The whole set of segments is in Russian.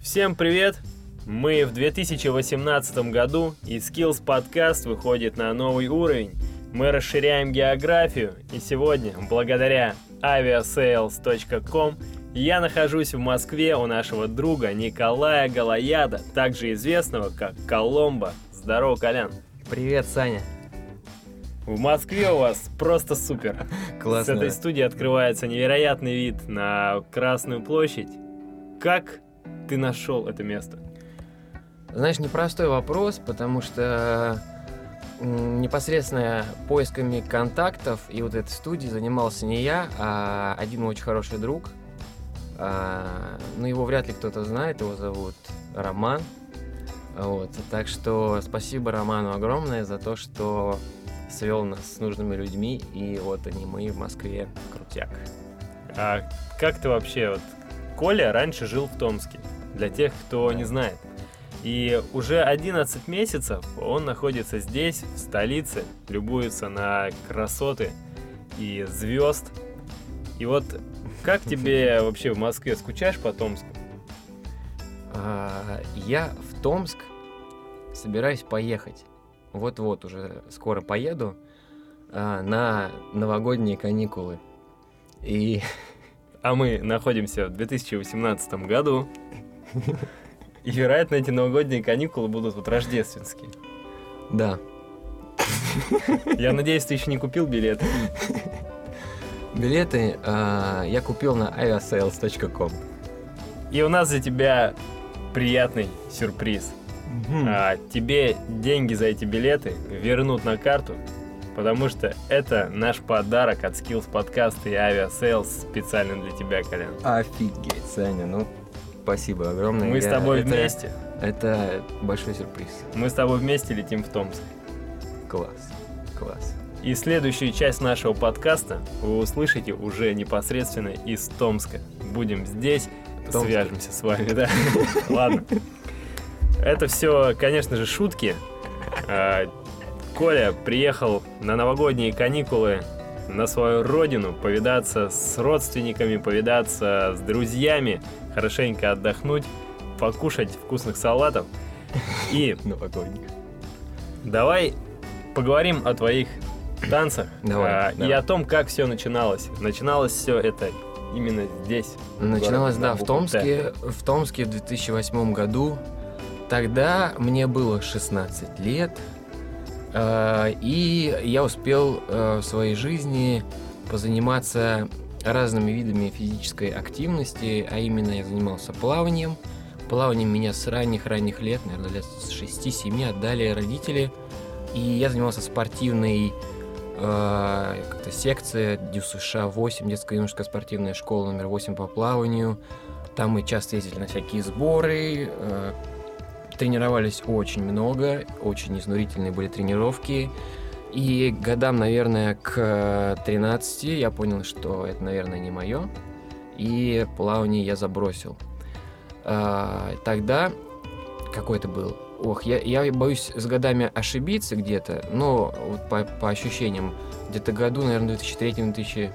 Всем привет! Мы в 2018 году, и Skills Podcast выходит на новый уровень. Мы расширяем географию, и сегодня, благодаря aviasales.com, я нахожусь в Москве у нашего друга Николая Галаяда, также известного как Коломбо. Здорово, Колян! Привет, Саня! В Москве у вас просто супер! Классно! С этой студии открывается невероятный вид на Красную площадь. Как ты нашел это место? Знаешь, непростой вопрос, потому что непосредственно поисками контактов и вот этой студии занимался не я, а один мой очень хороший друг. Но его вряд ли кто-то знает, его зовут Роман. Вот. Так что спасибо Роману огромное за то, что свел нас с нужными людьми, и вот они, мы в Москве. Крутяк. А как ты вообще... Коля раньше жил в Томске, для тех, кто не знает. И уже 11 месяцев он находится здесь, в столице, любуется на красоты и звезд. И вот как тебе вообще в Москве, скучаешь по Томску? Я в Томск собираюсь поехать. Вот-вот уже скоро поеду на новогодние каникулы. А мы находимся в 2018 году. И, вероятно, эти новогодние каникулы будут вот рождественские. Да. Я надеюсь, ты еще не купил билеты. Билеты я купил на aviasales.com. И у нас для тебя приятный сюрприз. Тебе деньги за эти билеты вернут на карту, потому что это наш подарок от Skills Podcast и Aviasales специально для тебя, Колян. Офигеть, Саня, спасибо огромное. Мы с тобой вместе. Это большой сюрприз. Мы с тобой вместе летим в Томск. Класс. И следующую часть нашего подкаста вы услышите уже непосредственно из Томска. Будем здесь, свяжемся с вами, да? Ладно. Это все, конечно же, шутки. Коля приехал на новогодние каникулы на свою родину повидаться с родственниками, повидаться с друзьями, хорошенько отдохнуть, покушать вкусных салатов. И давай поговорим о твоих танцах и о том, как все начиналось. Начиналось все это именно здесь. Начиналось, в Томске в 2008 году. Тогда мне было 16 лет. И я успел в своей жизни позаниматься разными видами физической активности, а именно я занимался плаванием. Плаванием меня с ранних лет, наверное, лет с 6-7 отдали родители. И я занимался спортивной секцией ДЮСШ-8, детская юношеская спортивная школа номер 8 по плаванию. Там мы часто ездили на всякие сборы, тренировались очень много, очень изнурительные были тренировки. И годам, наверное, к 13 я понял, что это, наверное, не мое. И плавание я забросил. Тогда, какой это был? Я боюсь с годами ошибиться где-то, но вот по ощущениям, где-то году, наверное, 2003-2005,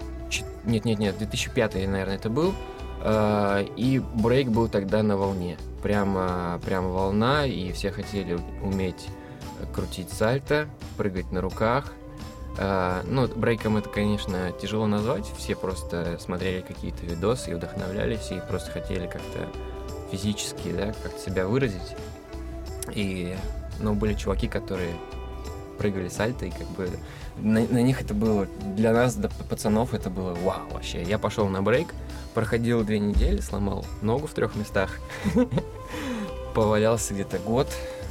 наверное, это был. И брейк был тогда на волне. Прямо волна, и все хотели уметь крутить сальто, прыгать на руках. Брейком это, конечно, тяжело назвать. Все просто смотрели какие-то видосы и вдохновлялись, и просто хотели как-то физически, как-то себя выразить. И, были чуваки, которые прыгали сальто, и на них это было, для нас, пацанов, это было вау вообще. Я пошел на брейк, проходил 2 недели, сломал ногу в 3 местах, повалялся где-то год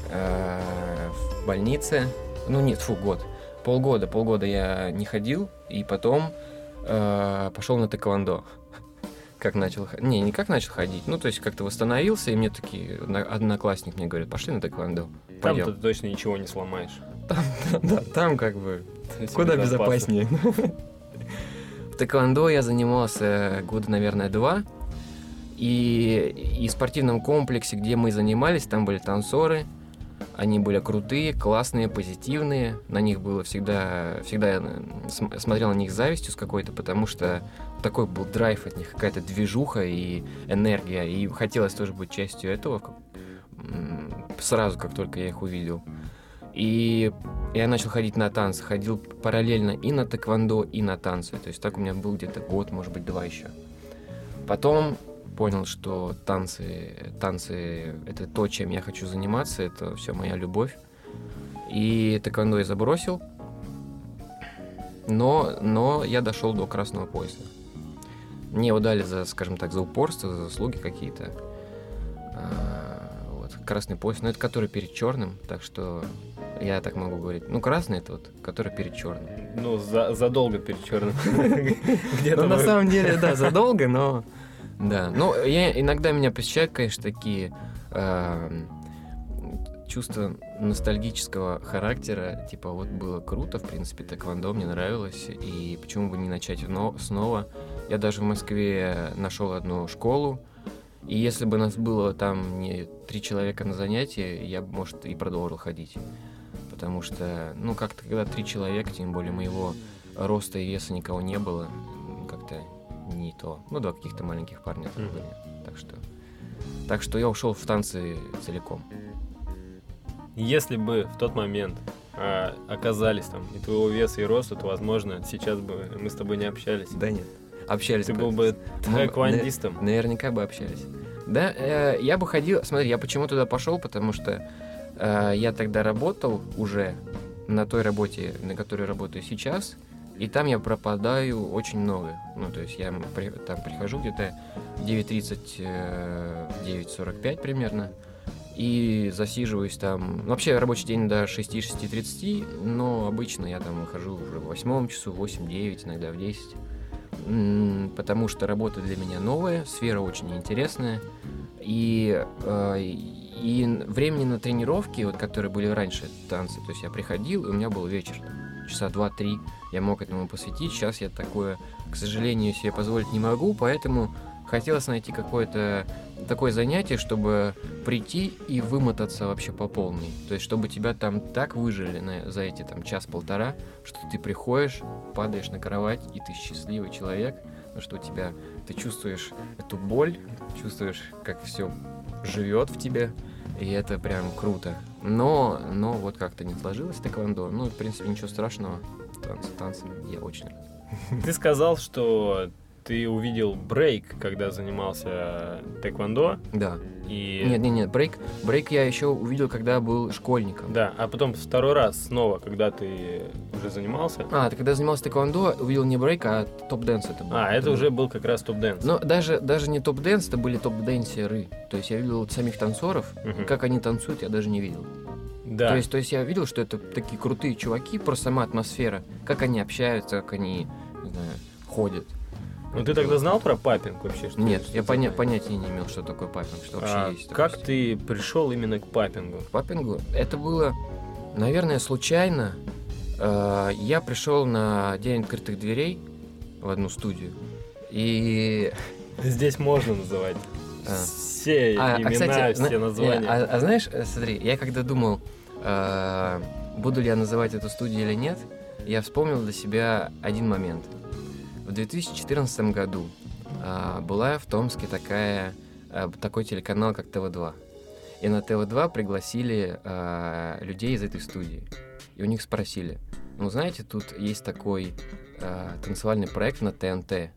в больнице. Год. Полгода я не ходил, и потом пошел на тэквондо. Не как начал ходить, то есть как-то восстановился, и мне такие, одноклассник мне говорит, пошли на тэквондо. Там ты точно ничего не сломаешь. Там куда безопаснее. В тэквондо я занимался года, наверное, 2. И в спортивном комплексе, где мы занимались, там были танцоры. Они были крутые, классные, позитивные. На них было всегда я смотрел на них с завистью с какой-то, потому что такой был драйв от них, какая-то движуха и энергия. И хотелось тоже быть частью этого сразу, как только я их увидел. И я начал ходить на танцы, ходил параллельно и на тэквондо, и на танцы. То есть так у меня был где-то год, может быть, 2 еще. Потом понял, что танцы — это то, чем я хочу заниматься, это все моя любовь. И тэквондо я забросил, но я дошел до красного пояса. Мне его дали скажем так, за упорство, за заслуги какие-то. Вот, красный пояс, это который перед черным, так что я так могу говорить. Красный — это вот, который перед черным. Задолго перед черным. На самом деле, да, задолго, но... Да, иногда меня посещают, конечно, такие чувства ностальгического характера, типа вот было круто, в принципе, тэквондо мне нравилось, и почему бы не начать снова. Я даже в Москве нашел одну школу, и если бы нас было там не 3 человека на занятии, я бы, может, и продолжил ходить. Потому что, как-то, когда 3 человека, тем более моего роста и веса никого не было, как-то не то. 2 каких-то маленьких парня там были. Так что я ушел в танцы целиком. Если бы в тот момент оказались там и твоего веса, и роста, то, возможно, сейчас бы мы с тобой не общались. Да нет, общались. Ты был бы тэквондистом. Наверняка бы общались. Да, я бы ходил... Смотри, я почему туда пошел, потому что я тогда работал уже на той работе, на которой работаю сейчас, и там я пропадаю очень много. То есть я там прихожу где-то 9:30, 9:45 примерно, и засиживаюсь там. Вообще рабочий день до 6:30, но обычно я там выхожу уже в 8 часу, 8-9, иногда в 10. Потому что работа для меня новая, сфера очень интересная. И времени на тренировки, вот, которые были раньше, танцы, то есть я приходил, и у меня был вечер, часа 2-3, я мог этому посвятить. Сейчас я такое, к сожалению, себе позволить не могу, поэтому хотелось найти какое-то такое занятие, чтобы прийти и вымотаться вообще по полной. То есть, чтобы тебя там так выжили за эти там 1-1.5 часа, что ты приходишь, падаешь на кровать, и ты счастливый человек, что ты чувствуешь эту боль, чувствуешь, как все живет в тебе, и это прям круто. Но вот как-то не сложилось тэквондо. В принципе, ничего страшного. Танцы я очень рад. Ты сказал, что ты увидел брейк, когда занимался тэквондо. Да. И... Нет, брейк я еще увидел, когда был школьником. Да, а потом второй раз снова, когда ты уже занимался. Ты когда занимался тэквондо, увидел не брейк, а топ-дэнс это был. Это уже был как раз топ-дэнс. Но даже не топ-дэнс, это были топ-дэнсеры. То есть я видел самих танцоров, как они танцуют, я даже не видел. Да. То есть я видел, что это такие крутые чуваки, просто сама атмосфера, как они общаются, как они, не знаю, ходят. Ты тогда знал про паппинг вообще? Нет, я понятия не имел, что такое паппинг, что вообще есть. Как ты пришел именно к паппингу? К паппингу? Это было, наверное, случайно. Я пришел на день открытых дверей в одну студию, и... Здесь можно называть все имена, кстати, все названия. Знаешь, смотри, я когда думал, буду ли я называть эту студию или нет, я вспомнил для себя один момент. В 2014 году была в Томске такой телеканал, как ТВ-2. И на ТВ-2 пригласили людей из этой студии. И у них спросили, знаете, тут есть такой танцевальный проект на ТНТ.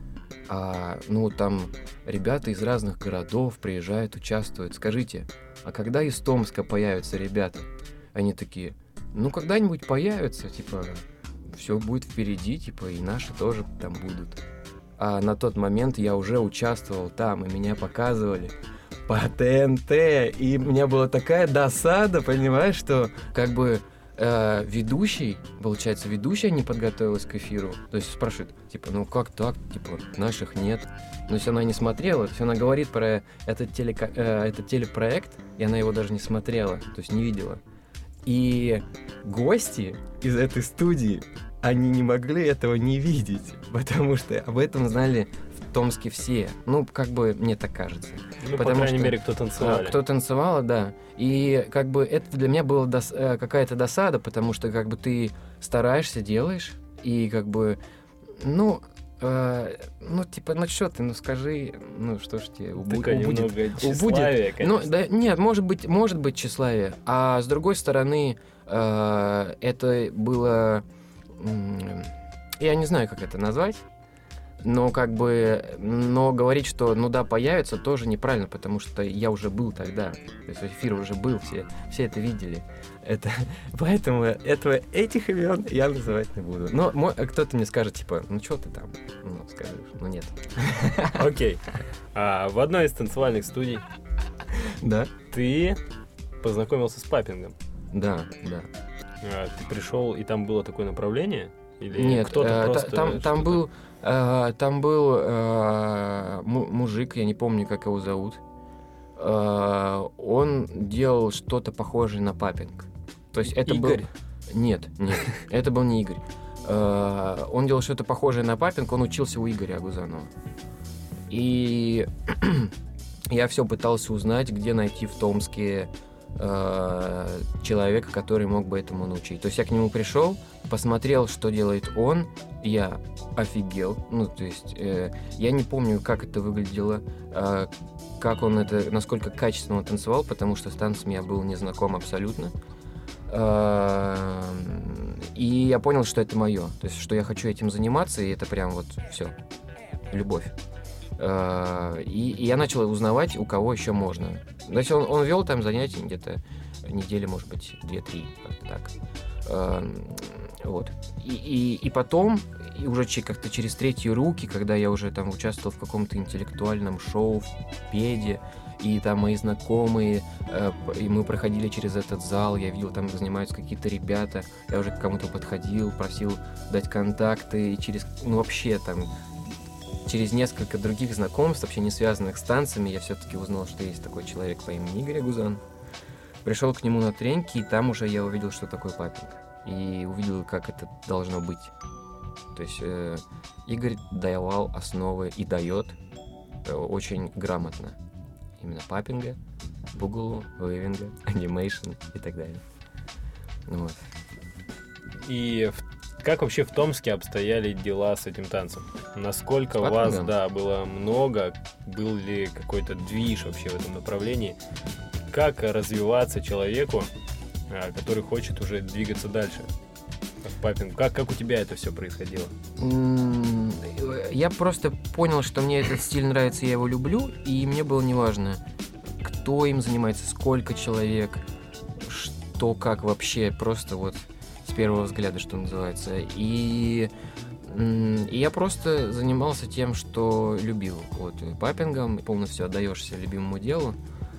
Там ребята из разных городов приезжают, участвуют. Скажите, а когда из Томска появятся ребята? Они такие, когда-нибудь появятся, все будет впереди, и наши тоже там будут. А на тот момент я уже участвовал там, и меня показывали по ТНТ, и у меня была такая досада, понимаешь, что ведущая не подготовилась к эфиру. То есть спрашивает, как так, наших нет. Но если она не смотрела, то есть она говорит про этот телепроект, и она его даже не смотрела, то есть не видела. И гости из этой студии, они не могли этого не видеть, потому что об этом знали Томске все. Ну, как бы, мне так кажется. Ну, по крайней мере, кто танцевал. Кто танцевал, да. И как бы это для меня была какая-то досада, потому что как бы ты стараешься, делаешь, и как бы, ну, типа, ну что ты, ну скажи, ну что ж тебе, Такое немного тщеславие, конечно. Ну, да, нет, может быть тщеславие. А с другой стороны, это было, я не знаю, как это назвать, но говорить, что ну да, появится, тоже неправильно, потому что я уже был тогда. То есть эфир уже был, все это видели. Поэтому этих имен я называть не буду. Но кто-то мне скажет, типа, ну что ты там? Ну, скажешь, ну нет. Окей. В одной из танцевальных студий да? Ты познакомился с паппингом. Да. Ты пришел, и там было такое направление? Или нет, кто-то просто... Там был мужик, я не помню, как его зовут. Он делал что-то похожее на паппинг. То есть это Игорь? Нет, это был не Игорь. Он делал что-то похожее на паппинг, он учился у Игоря Агузанова. И я все пытался узнать, где найти в Томске человека, который мог бы этому научить. То есть я к нему пришел, посмотрел, что делает он, я офигел. Ну, то есть я не помню, как это выглядело, как он это, насколько качественно он танцевал, потому что с танцами я был не знаком абсолютно. И я понял, что это мое. То есть, что я хочу этим заниматься, и это прям вот все. Любовь. И я начал узнавать, у кого еще можно. То есть он вел там занятия где-то недели, может быть, 2-3, так. Вот. И потом, и уже как-то через третьи руки, когда я уже там участвовал в каком-то интеллектуальном шоу, в Педе, и там мои знакомые, и мы проходили через этот зал, я видел, там занимаются какие-то ребята, я уже к кому-то подходил, просил дать контакты, и вообще там, через несколько других знакомств, вообще не связанных с танцами, я все-таки узнал, что есть такой человек по имени Игорь Агузанов. Пришел к нему на тренинги, и там уже я увидел, что такое паппинг. И увидел, как это должно быть. То есть Игорь давал основы и дает очень грамотно. Именно паппинга, бугалу, вейвинга, анимейшн и так далее. Вот. И как вообще в Томске обстояли дела с этим танцем? Насколько вас, было много? Был ли какой-то движ вообще в этом направлении? Как развиваться человеку, который хочет уже двигаться дальше? Паппинг. Как у тебя это все происходило? Я просто понял, что мне этот стиль нравится, я его люблю, и мне было неважно, кто им занимается, сколько человек, что, как вообще, просто вот с первого взгляда, что называется. И я просто занимался тем, что любил. Вот, паппингом, полностью отдаешься любимому делу.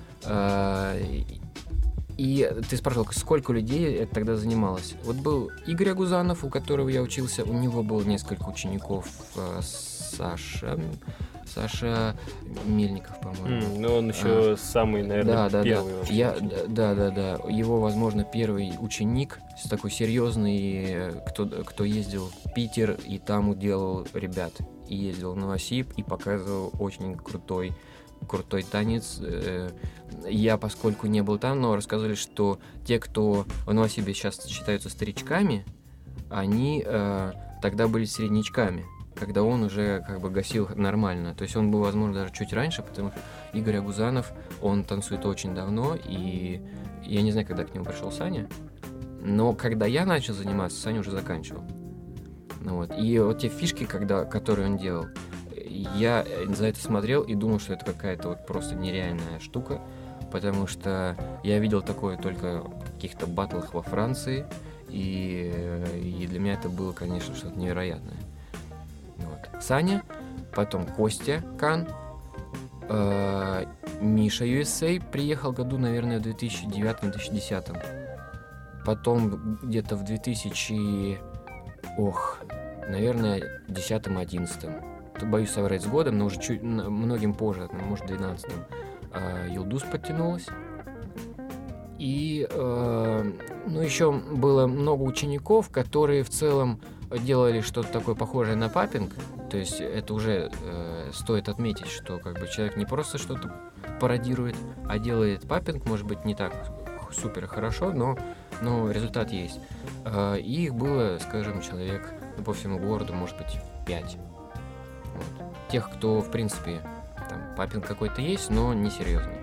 И ты спрашивал, сколько людей это тогда занималось. Вот был Игорь Агузанов, у которого я учился, у него было несколько учеников, Саша Мельников, по-моему. Ну, он еще самый, наверное, первый. Да. Его, возможно, первый ученик, такой серьезный, кто ездил в Питер и там делал ребят. И ездил в Новосиб и показывал очень крутой танец. Я, поскольку не был там, но рассказывали, что те, кто в Новосибе сейчас считаются старичками, они тогда были среднячками, когда он уже как бы гасил нормально. То есть он был, возможно, даже чуть раньше, потому что Игорь Агузанов, он танцует очень давно, и я не знаю, когда к нему пришел Саня, но когда я начал заниматься, Саня уже заканчивал. Ну, вот. И вот те фишки, которые он делал, я за это смотрел и думал, что это какая-то вот просто нереальная штука, потому что я видел такое только в каких-то баттлах во Франции, и для меня это было, конечно, что-то невероятное. Вот. Саня, потом Костя Кан, Миша USA приехал году, наверное, в 2009-2010. Потом где-то в 2010-11. Боюсь соврать с годом, но уже чуть многим позже, может, в 12-м, Юлдус подтянулась. И, ну, еще было много учеников, которые в целом делали что-то такое похожее на паппинг. То есть это уже стоит отметить, что как бы человек не просто что-то пародирует, а делает паппинг, может быть, не так супер хорошо, но результат есть. И их было, скажем, человек, ну, по всему городу, может быть, 5. Вот. Тех, кто, в принципе, там паппинг какой-то есть, но не серьезный.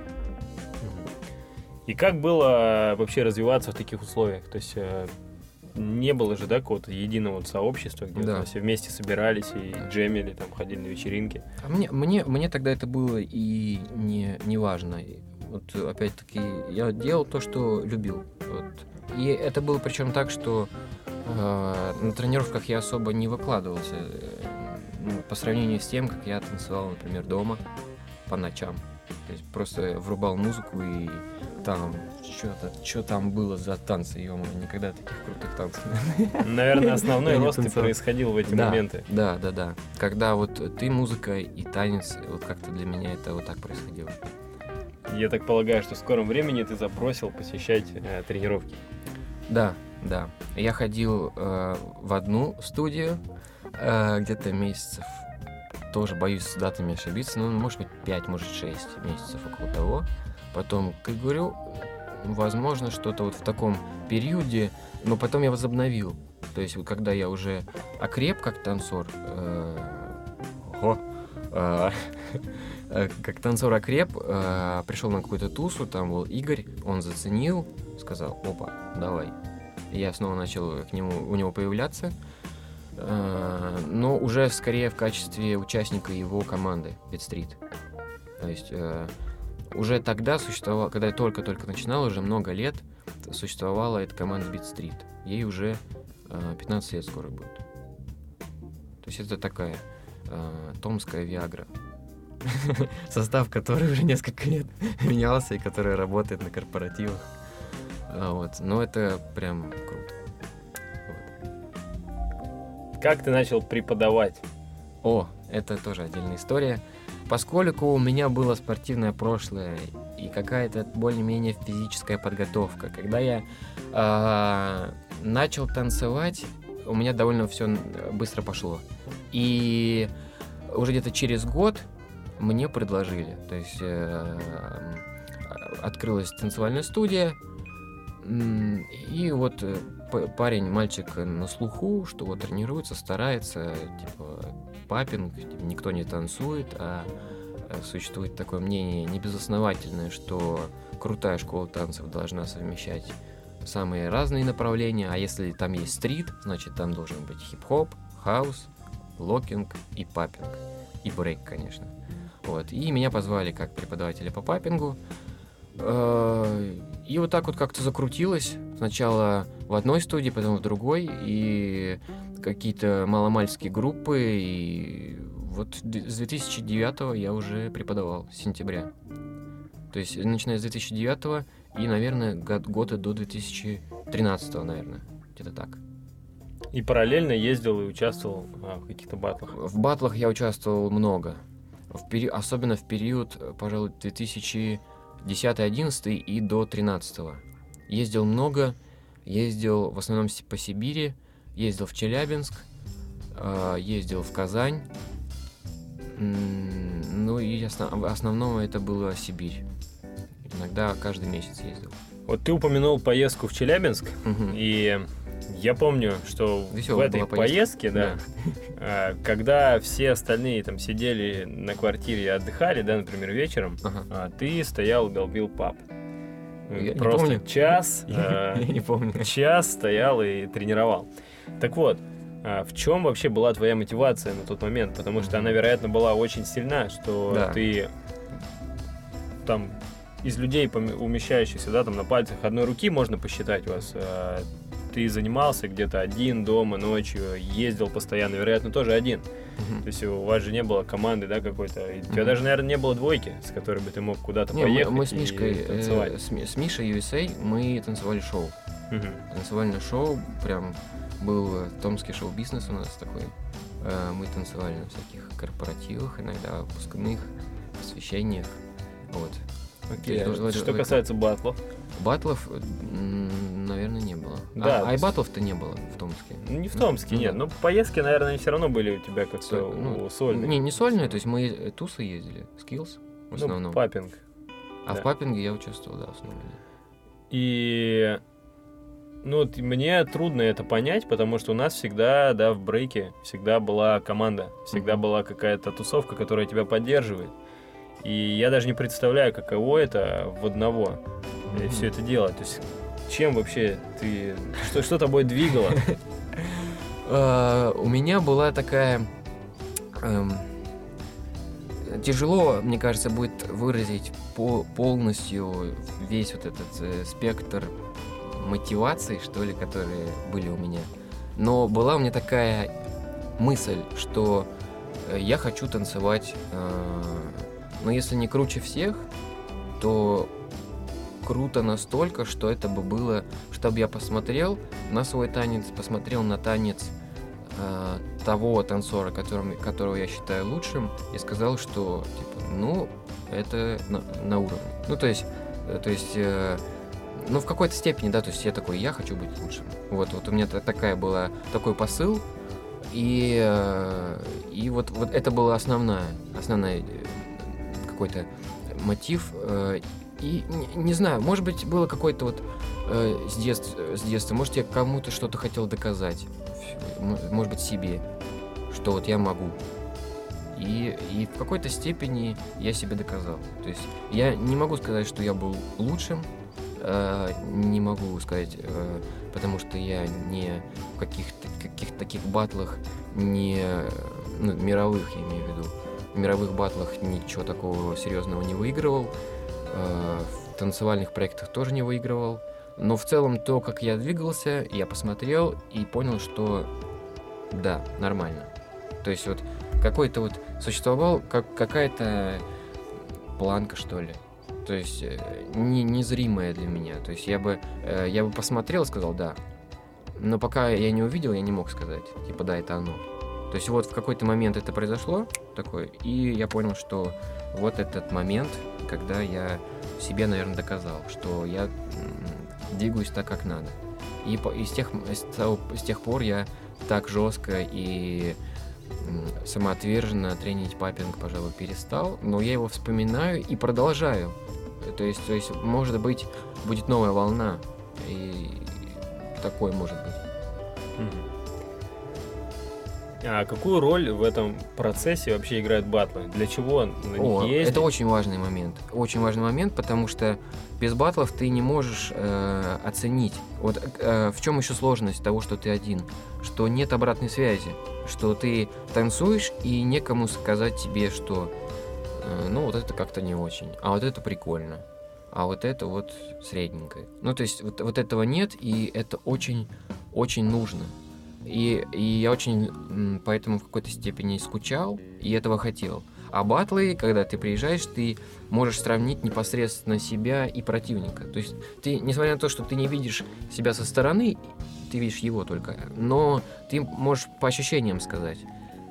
И как было вообще развиваться в таких условиях? То есть не было же, да, какого-то единого сообщества, где Да. все вместе собирались и джемили, там, ходили на вечеринки. А мне тогда это было и не важно. И вот опять-таки я делал то, что любил. Вот. И это было причем так, что на тренировках я особо не выкладывался по сравнению с тем, как я танцевал, например, дома по ночам. То есть просто врубал музыку и там что там было за танцы, ё-моё, никогда таких крутых танцев. Наверное, основной Я не рост и танцевал. происходил в эти Да, моменты. Да. Когда вот ты музыка и танец, вот как-то для меня это вот так происходило. Я так полагаю, что в скором времени ты забросил посещать тренировки. Да. Я ходил в одну студию где-то месяцев, тоже боюсь с датами ошибиться, но может быть 5, может 6 месяцев, около того. Потом, как говорю, возможно, что-то вот в таком периоде, но потом я возобновил. То есть, вот когда я уже окреп как танцор, как танцор окреп, пришел на какую-то тусу, там был Игорь, он заценил, сказал: опа, давай. И я снова начал у него появляться, но уже скорее в качестве участника его команды Beat Street. То есть уже тогда существовала, когда я только-только начинал, уже много лет существовала эта команда Beat Street. Ей уже 15 лет скоро будет. То есть это такая томская Виагра. Состав которой уже несколько лет менялся и который работает на корпоративах. Вот. Но это прям круто. Вот. Как ты начал преподавать? Это тоже отдельная история. Поскольку у меня было спортивное прошлое и какая-то более-менее физическая подготовка, когда я начал танцевать, у меня довольно все быстро пошло. И уже где-то через год мне предложили. То есть открылась танцевальная студия, и вот парень, мальчик на слуху, что вот тренируется, старается, типа паппинг, никто не танцует, а существует такое мнение небезосновательное, что крутая школа танцев должна совмещать самые разные направления, а если там есть стрит, значит там должен быть хип-хоп, хаус, локинг и паппинг, и брейк, конечно. Вот. И меня позвали как преподавателя по паппингу. И вот так вот как-то закрутилось. Сначала в одной студии, потом в другой. И какие-то маломальские группы. И вот с 2009 я уже преподавал, с сентября. То есть начиная с 2009 и, наверное, года до 2013, наверное. Где-то так. И параллельно ездил и участвовал в каких-то батлах? В батлах я участвовал много. Особенно в период, пожалуй, 2010-2011 и до 2013. Ездил много, ездил в основном по Сибири, ездил в Челябинск, ездил в Казань. Ну и в основном это была Сибирь. Иногда каждый месяц ездил. Вот ты упомянул поездку в Челябинск, и я помню, что Веселая в этой поездке, когда все остальные там сидели на квартире и отдыхали, да, например, вечером, а ты стоял и долбил пап. Я просто не помню. час, Я не помню. час стоял и тренировал. Так вот, в чем вообще была твоя мотивация на тот момент? Потому что она, вероятно, была очень сильна, что ты там из людей, умещающихся, да, там на пальцах одной руки, можно посчитать вас. Ты занимался где-то один дома ночью, ездил постоянно, вероятно, тоже один. То есть у вас же не было команды, да, какой-то. И у тебя даже, наверное, не было двойки, с которой бы ты мог куда-то поехать. Мы с Мишкой, танцевать. с Мишей USA мы танцевали шоу. Танцевальное шоу, прям был томский шоу-бизнес у нас такой. Мы танцевали на всяких корпоративах, иногда выпускных, посвящениях. Вот. Окей. Что касается батлов? Батлов, наверное, не было. Да, и батлов-то не было в Томске. Не в Томске, Ну, нет. да. Но поездки, наверное, все равно были у тебя как-то сольные. Не сольные, то есть мы тусы ездили, скиллс в основном. Паппинг. А да. в паппинге я участвовал, да, в основном. И мне трудно это понять, потому что у нас всегда, да, в брейке всегда была команда, всегда была какая-то тусовка, которая тебя поддерживает. И я даже не представляю, каково это в одного все это делать. То есть чем вообще ты... Что тобой двигало? У меня была такая... Тяжело, мне кажется, будет выразить полностью весь вот этот спектр мотиваций, что ли, которые были у меня. Но была у меня такая мысль, что я хочу танцевать, но если не круче всех, то круто настолько, что это бы было, чтобы я посмотрел на свой танец, посмотрел на танец того танцора, которого я считаю лучшим, и сказал, что типа, это на уровне. То есть, в какой-то степени, да, то есть я такой, я хочу быть лучшим. Вот у меня такой посыл, и вот это было основной какой-то мотив. И не знаю, может быть, было какое-то вот с детства, может, я кому-то что-то хотел доказать, может быть, себе, что вот я могу. И в какой-то степени я себе доказал. То есть я не могу сказать, что я был лучшим, не могу сказать, потому что я не в каких-то таких батлах, мировых, я имею в виду, в мировых батлах ничего такого серьезного не выигрывал, в танцевальных проектах тоже не выигрывал, но в целом то, как я двигался, я посмотрел и понял, что да, нормально. То есть вот какой-то вот существовал какая-то планка, что ли. То есть незримая для меня. То есть я бы посмотрел и сказал «да». Но пока я не увидел, я не мог сказать, типа «да, это оно». То есть вот в какой-то момент это произошло такое, и я понял, что вот этот момент, когда я себе, наверное, доказал, что я двигаюсь так, как надо. И с тех пор я так жестко и самоотверженно тренить паппинг, пожалуй, перестал, но я его вспоминаю и продолжаю. То есть, может быть, будет новая волна, и такое может быть. А какую роль в этом процессе вообще играют баттлы? Для чего на них ездить? Это очень важный момент. Очень важный момент, потому что без баттлов ты не можешь оценить. Вот в чем еще сложность того, что ты один? Что нет обратной связи. Что ты танцуешь, и некому сказать тебе, что вот это как-то не очень, а вот это прикольно, а вот это вот средненькое. То есть вот этого нет, и это очень, очень нужно. И я очень поэтому в какой-то степени скучал и этого хотел. А баттлы, когда ты приезжаешь, ты можешь сравнить непосредственно себя и противника. То есть ты, несмотря на то, что ты не видишь себя со стороны, ты видишь его только, но ты можешь по ощущениям сказать.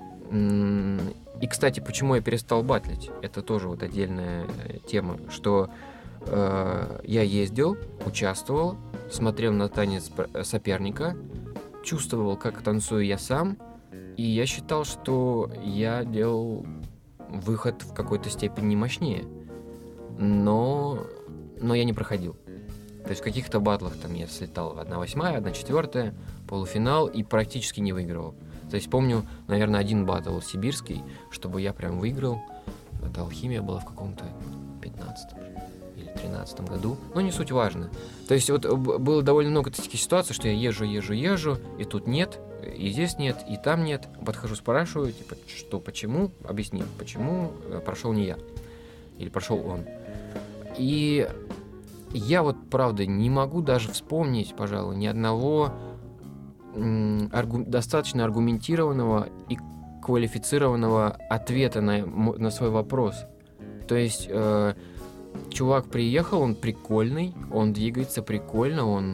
И, кстати, почему я перестал баттлить? Это тоже вот отдельная тема, что я ездил, участвовал, смотрел на танец соперника, чувствовал, как танцую я сам, и я считал, что я делал выход в какой-то степени мощнее, но я не проходил. То есть в каких-то баттлах там я слетал 1/8, 1/4, полуфинал и практически не выигрывал. То есть помню, наверное, один баттл сибирский, чтобы я прям выиграл. Это алхимия была в каком-то 15-м или 13-м году. Но не суть важно. То есть вот было довольно много таких ситуаций, что я езжу, и тут нет, и здесь нет, и там нет. Подхожу, спрашиваю, типа, что, почему? Объясни, почему прошел не я. Или прошел он. И я вот, правда, не могу даже вспомнить, пожалуй, ни одного достаточно аргументированного и квалифицированного ответа на свой вопрос. То есть чувак приехал, он прикольный, он двигается прикольно, он,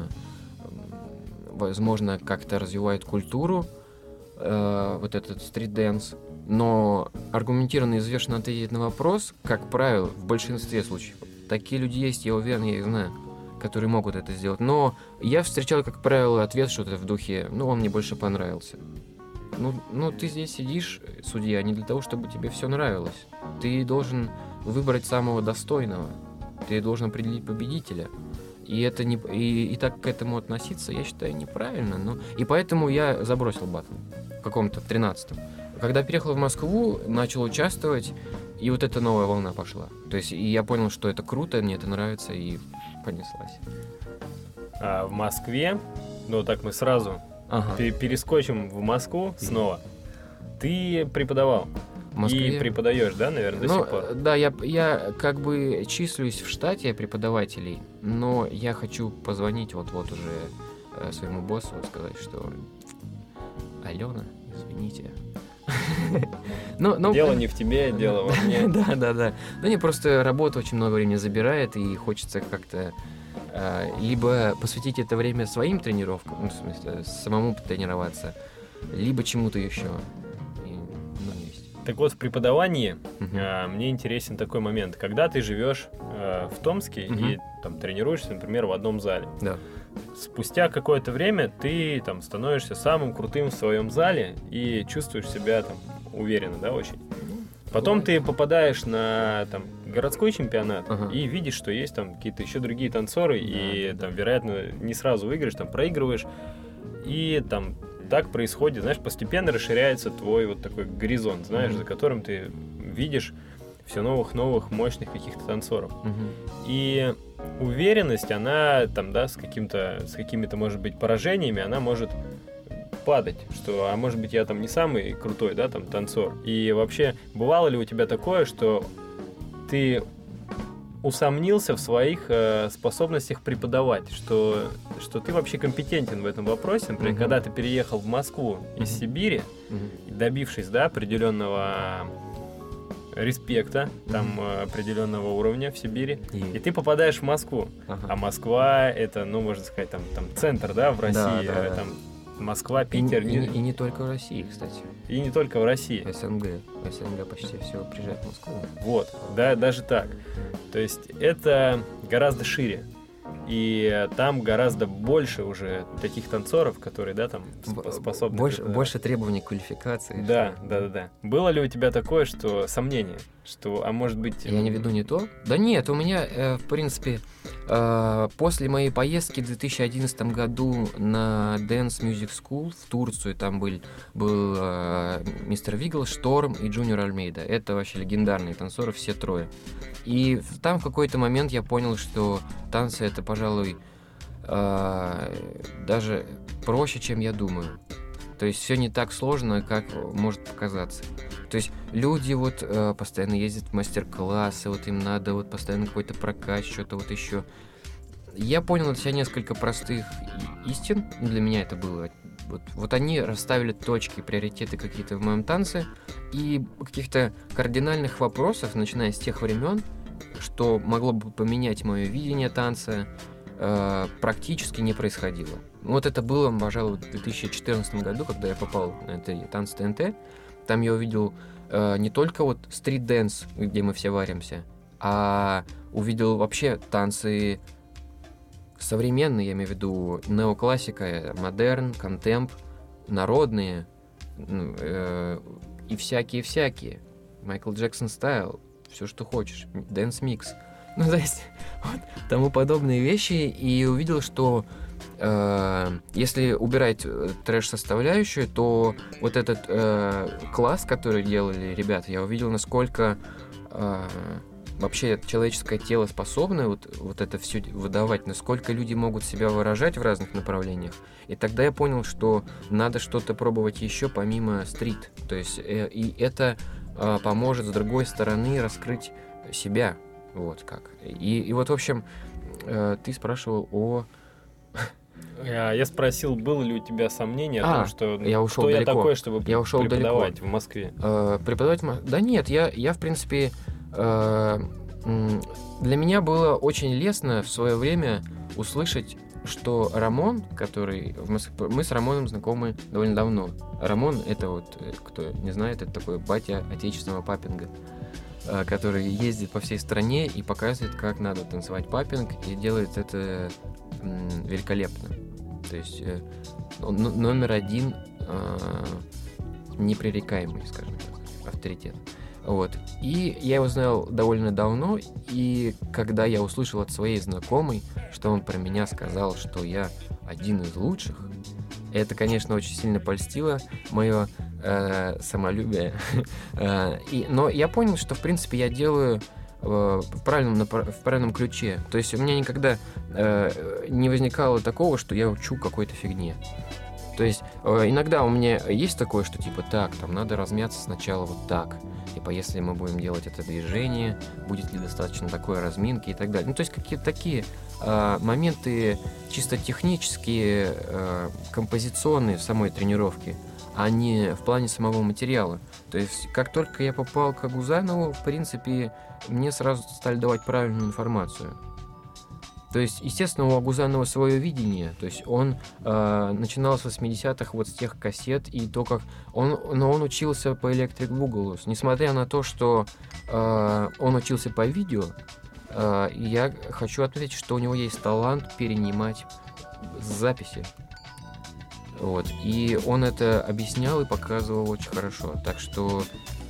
возможно, как-то развивает культуру, вот этот стрит-дэнс, но аргументированно и взвешенно ответить на вопрос, как правило, в большинстве случаев. Такие люди есть, я уверен, я их знаю. которые могут это сделать. Но я встречал, как правило, ответ что-то в духе, ну, он мне больше понравился. Ну, ты здесь сидишь, судья, не для того, чтобы тебе все нравилось. Ты должен выбрать самого достойного. Ты должен определить победителя. И это не и так к этому относиться, я считаю, неправильно. И поэтому я забросил батл в каком-то 13-м. Когда переехал в Москву, начал участвовать, и вот эта новая волна пошла. То есть и я понял, что это круто, мне это нравится, и понеслась. А в Москве, ну так мы сразу перескочим в Москву снова. Ты преподавал. В Москве. И преподаешь, да, наверное, до сих пор? Да, я как бы числюсь в штате преподавателей, но я хочу позвонить вот уже своему боссу, сказать, что Алена, извините. Дело не в тебе, дело во мне. Да. Да не, просто работа очень много времени забирает, и хочется как-то либо посвятить это время своим тренировкам, ну, в смысле, самому потренироваться, либо чему-то еще. Так вот, в преподавании мне интересен такой момент. Когда ты живешь в Томске и там тренируешься, например, в одном зале, спустя какое-то время ты там становишься самым крутым в своем зале и чувствуешь себя там уверенно, да, очень. Потом ты попадаешь на там городской чемпионат и видишь, что есть там какие-то еще другие танцоры, и там, вероятно, не сразу выиграешь, там проигрываешь, и там так происходит, знаешь, постепенно расширяется твой вот такой горизонт, знаешь, за которым ты видишь все новых мощных каких-то танцоров. И уверенность, она там, да, с какими-то, может быть, поражениями, она может падать, что, а может быть, я там не самый крутой, да, там, танцор. И вообще, бывало ли у тебя такое, что ты усомнился в своих способностях преподавать, что ты вообще компетентен в этом вопросе. Например, когда ты переехал в Москву из Сибири, добившись, да, определенного респекта, там определенного уровня в Сибири, и ты попадаешь в Москву. А Москва — это, ну, можно сказать, там центр, да, в России, там Москва, Питер. И не только в России, кстати. И не только в России. СНГ почти все приезжает в Москву. Вот, да, даже так. То есть это гораздо шире. И там гораздо больше уже таких танцоров, которые, да, там способны... Больше требований квалификации. Да. Было ли у тебя такое, что сомнение, что, а может быть... Я не веду не то? Да нет, у меня, в принципе, после моей поездки в 2011 году на Dance Music School в Турцию, там был мистер Вигл, Шторм и Джуниор Альмейда. Это вообще легендарные танцоры, все трое. И там в какой-то момент я понял, что танцы — это, пожалуй, даже проще, чем я думаю. То есть все не так сложно, как может показаться. То есть люди вот постоянно ездят в мастер-классы, вот им надо вот постоянно какой-то прокат, что-то вот еще. Я понял для себя несколько простых истин, для меня это было. Вот они расставили точки, приоритеты какие-то в моем танце, и каких-то кардинальных вопросов, начиная с тех времен, что могло бы поменять мое видение танца, практически не происходило. Вот это было, пожалуй, в 2014 году, когда я попал на это танцы ТНТ. Там я увидел не только вот стрит-дэнс, где мы все варимся, а увидел вообще танцы современные, я имею в виду неоклассика, модерн, контемп, народные и всякие. Майкл Джексон стайл, все, что хочешь, дэнс-микс. Ну, то есть, вот, тому подобные вещи. И увидел, что если убирать трэш-составляющую, то вот этот класс, который делали ребята, я увидел, насколько вообще человеческое тело способно вот это все выдавать, насколько люди могут себя выражать в разных направлениях. И тогда я понял, что надо что-то пробовать еще помимо стрит. То есть и это поможет с другой стороны раскрыть себя. Вот как. И вот, в общем, ты спрашивал о... Я спросил, было ли у тебя сомнение о том, что я ушел кто далеко. Я такой, чтобы преподавать далеко. В Москве? Преподавать в Москве? Да нет, я в принципе... для меня было очень лестно в свое время услышать, что Рамон, который в Москве... Мы с Рамоном знакомы довольно давно. Рамон — это вот, кто не знает, это такой батя отечественного паппинга. который ездит по всей стране и показывает, как надо танцевать паппинг, и делает это великолепно. То есть номер один непререкаемый, скажем так, авторитет. Вот. И я его знал довольно давно, и когда я услышал от своей знакомой, что он про меня сказал, что я один из лучших, это, конечно, очень сильно польстило мое самолюбие. Но я понял, что, в принципе, я делаю в правильном ключе. То есть у меня никогда не возникало такого, что я учу какой-то фигне. То есть иногда у меня есть такое, что типа так, там надо размяться сначала вот так. Типа если мы будем делать это движение, будет ли достаточно такой разминки и так далее. Ну то есть какие-то такие моменты чисто технические, композиционные в самой тренировке, а не в плане самого материала. То есть как только я попал к Агузанову, в принципе, мне сразу стали давать правильную информацию. То есть, естественно, у Агузанова свое видение. То есть он начинал с 80-х вот с тех кассет, и то, как он учился по Electric Boogaloo. Несмотря на то, что он учился по видео, я хочу отметить, что у него есть талант перенимать записи. Вот. И он это объяснял и показывал очень хорошо. Так что,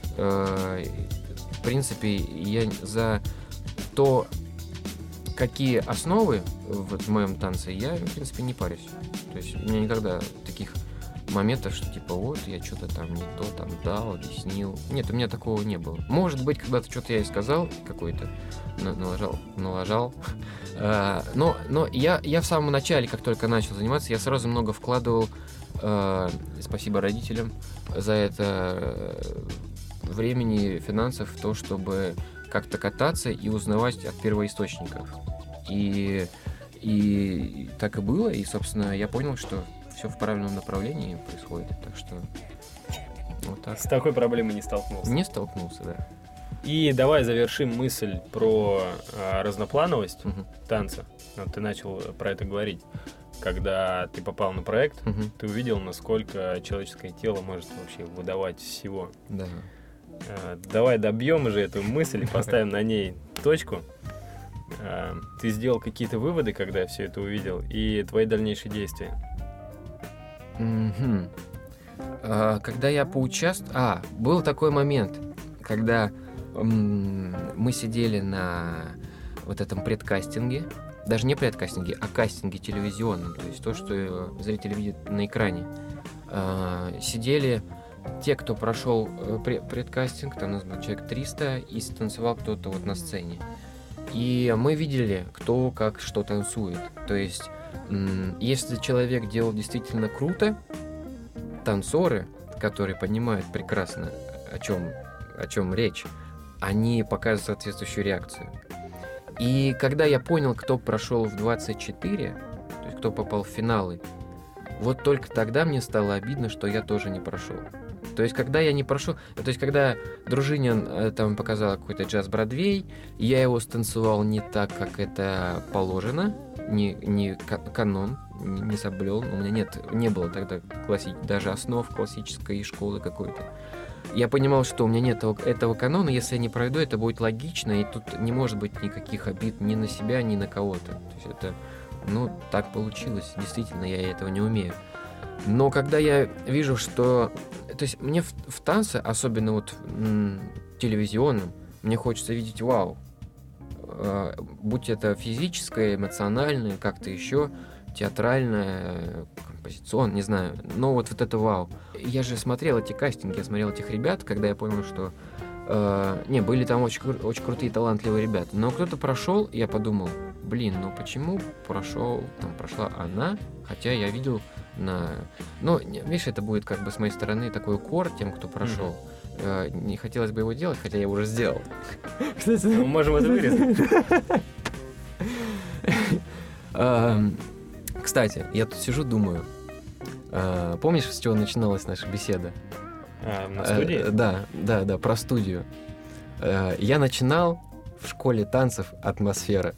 в принципе, я за то, какие основы в моем танце, я, в принципе, не парюсь. То есть у меня никогда таких моментов, что типа вот, я что-то там не то там дал, объяснил. Нет, у меня такого не было. Может быть, когда-то что-то я и сказал, какой-то налажал. Но я в самом начале, как только начал заниматься, я сразу много вкладывал, спасибо родителям за это, времени, финансов в то, чтобы как-то кататься и узнавать от первоисточников. И так и было, и, собственно, я понял, что все в правильном направлении происходит, так что вот так. С такой проблемой не столкнулся? Не столкнулся, да. И давай завершим мысль про разноплановость танца. Вот ты начал про это говорить. Когда ты попал на проект, ты увидел, насколько человеческое тело может вообще выдавать всего. Да. Давай добьем уже эту мысль и поставим на ней точку. Ты сделал какие-то выводы, когда все это увидел, и твои дальнейшие действия? Когда я поучаствовал... был такой момент, когда мы сидели на вот этом предкастинге, даже не предкастинге, а кастинге телевизионном, то есть то, что зрители видят на экране. Сидели те, кто прошел предкастинг, там у нас был человек 300, и станцевал кто-то вот на сцене. И мы видели, кто как что танцует. То есть, если человек делал действительно круто, танцоры, которые понимают прекрасно, о чем речь, они показывают соответствующую реакцию. И когда я понял, кто прошел в 24, то есть кто попал в финалы, вот только тогда мне стало обидно, что я тоже не прошел. То есть, когда я не прошел... То есть, когда Дружинин там показал какой-то джаз-бродвей, я его станцевал не так, как это положено, не канон, не соблюл. У меня не было тогда даже основ классической школы какой-то. Я понимал, что у меня нет этого канона, если я не пройду, это будет логично, и тут не может быть никаких обид ни на себя, ни на кого-то. То есть, это... так получилось. Действительно, я этого не умею. Но когда я вижу, что... То есть мне в танце, особенно вот телевизионном, мне хочется видеть вау. Будь это физическое, эмоциональное, как-то еще, театральное, композиционное, не знаю. Но вот это вау. Я же смотрел эти кастинги, я смотрел этих ребят, когда я понял, что... были там очень крутые, талантливые ребята. Но кто-то прошел, и я подумал, почему прошла она, хотя я видел видишь, это будет как бы с моей стороны такой укор тем, кто прошел. Не хотелось бы его делать, хотя я его уже сделал. Мы можем это вырезать. Кстати, я тут сижу, думаю, помнишь, с чего начиналась наша беседа? На студии? Да, про студию. Я начинал в школе танцев «Атмосфера».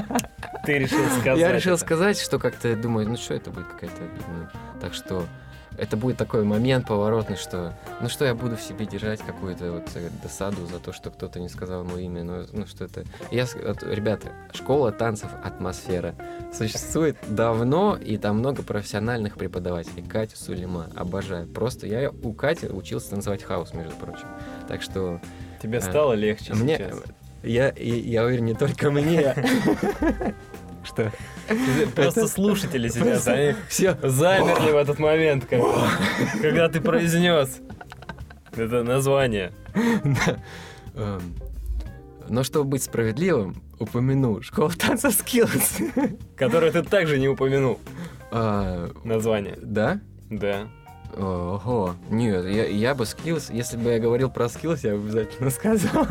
Ты решил сказать. Я решил сказать, что как-то думаю, что это будет какая-то обидная. Так что это будет такой момент поворотный, что, ну что я буду в себе держать какую-то вот досаду за то, что кто-то не сказал мое имя, ну что это... Ребята, школа танцев «Атмосфера» существует давно, и там много профессиональных преподавателей. Катя Сулейман, обожаю. Просто я у Кати учился танцевать хаус, между прочим. Так что... Тебе стало легче мне, сейчас? Я уверен, не только мне. Что? Просто слушатели сейчас, они все замерли в этот момент, когда ты произнес это название. Но чтобы быть справедливым, упомяну школу танцев Skills. Которую ты также не упомянул. Название. Да? Да. Ого. Нет, я бы Skills, если бы я говорил про Skills, я бы обязательно сказал.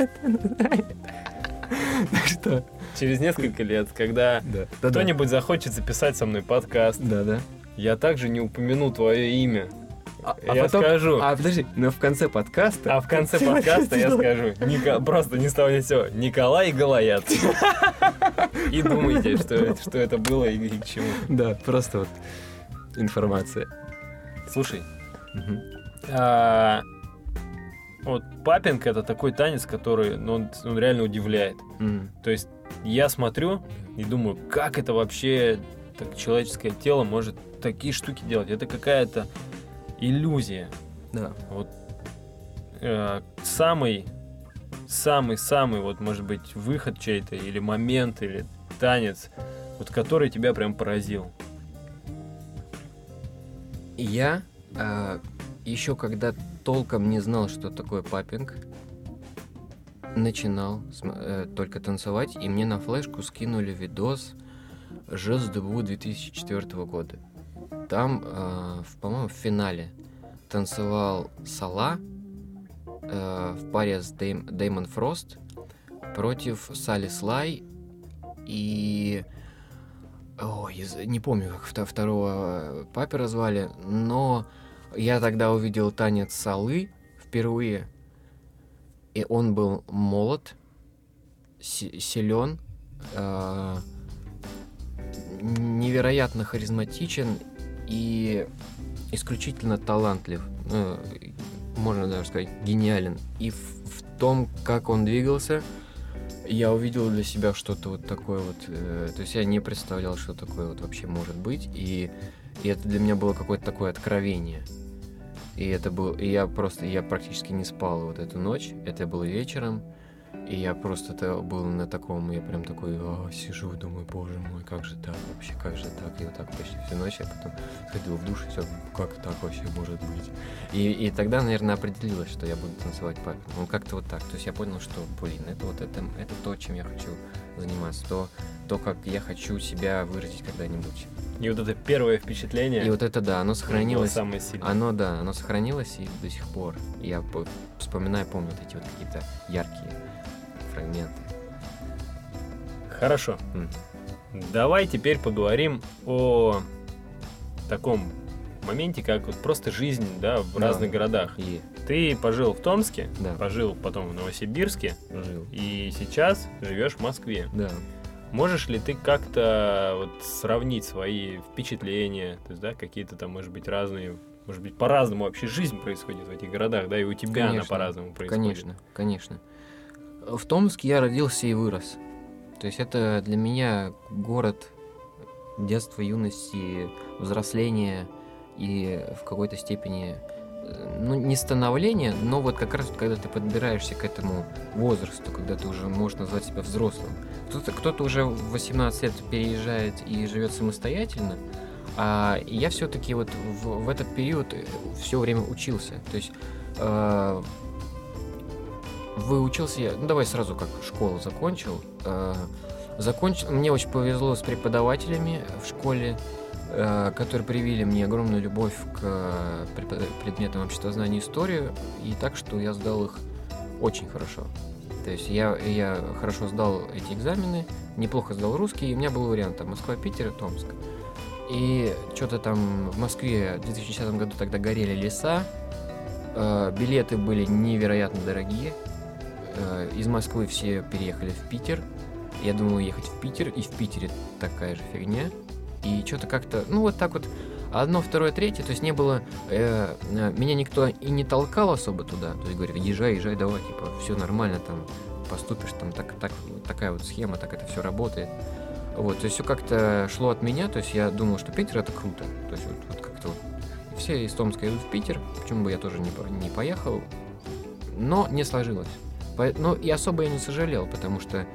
Так что... Через несколько лет, когда кто-нибудь захочет записать со мной подкаст, я также не упомяну твое имя. Я потом скажу. Подожди, но в конце подкаста... А в конце подкаста я скажу, просто не с того ни с сего, Николай Галаят. И думайте, что это было и к чему. Да, просто вот информация. Слушай, вот паппинг — это такой танец, который, он реально удивляет. То есть я смотрю и думаю, как это вообще так человеческое тело может такие штуки делать? Это какая-то иллюзия. Да. Вот самый, вот, может быть, выход чей-то, или момент, или танец, вот который тебя прям поразил. Я еще когда толком не знал, что такое паппинг, начинал только танцевать, и мне на флешку скинули видос «Жест Дебу» 2004 года. Там, по-моему, в финале танцевал Сала в паре с Дэймон Фрост против Салли Слай и... не помню, как второго папера звали, но я тогда увидел танец Салы впервые, и он был молод, силен, невероятно харизматичен и исключительно талантлив, можно даже сказать, гениален. И в том, как он двигался, я увидел для себя что-то вот такое вот, то есть я не представлял, что такое вот вообще может быть, и это для меня было какое-то такое откровение. И я практически не спал вот эту ночь, это было вечером, и я просто был на таком, я прям такой сижу, думаю, боже мой, как же так вообще, как же так, и вот так почти всю ночь, я потом сходил в душ, и все, как так вообще может быть. И тогда, наверное, определилось, что я буду танцевать паппинг, как-то вот так, то есть я понял, что, это то, чем я хочу заниматься, то, как я хочу себя выразить когда-нибудь. И вот это первое впечатление. И вот это, да, оно сохранилось. Самое сильное. Оно сохранилось и до сих пор. Я вспоминаю, помню вот эти вот какие-то яркие фрагменты. Хорошо. Давай теперь поговорим о таком моменте, как вот просто жизнь, да, в разных городах. Ты пожил в Томске, пожил потом в Новосибирске, и сейчас живешь в Москве. Да. Можешь ли ты как-то вот сравнить свои впечатления, то есть, да, какие-то там, может быть, разные, может быть, по-разному вообще жизнь происходит в этих городах, да, и у тебя она по-разному происходит? Конечно. В Томске я родился и вырос. То есть это для меня город детства, юности, взросления и в какой-то степени, не становления, но вот как раз когда ты подбираешься к этому возрасту, когда ты уже можешь назвать себя взрослым. Кто-то уже в 18 лет переезжает и живет самостоятельно, а я все-таки вот в этот период все время учился. То есть выучился я, давай сразу как школу закончил. Мне очень повезло с преподавателями в школе, которые привили мне огромную любовь к предметам обществознания и истории, и так, что я сдал их очень хорошо. То есть я хорошо сдал эти экзамены, неплохо сдал русский, и у меня был вариант там Москва, Питер и Томск. И что-то там в Москве в 2010 году тогда горели леса, билеты были невероятно дорогие, из Москвы все переехали в Питер. Я думал ехать в Питер, и в Питере такая же фигня. И что-то как-то, вот так вот одно, второе, третье, то есть не было, меня никто и не толкал особо туда, то есть говорит, езжай, давай, типа, все нормально, там, поступишь, там, такая вот схема, так это все работает. Вот, то есть все как-то шло от меня, то есть я думал, что Питер это круто, то есть вот как-то вот все из Томска идут в Питер, почему бы я тоже не поехал, но не сложилось. Но и особо я не сожалел, потому что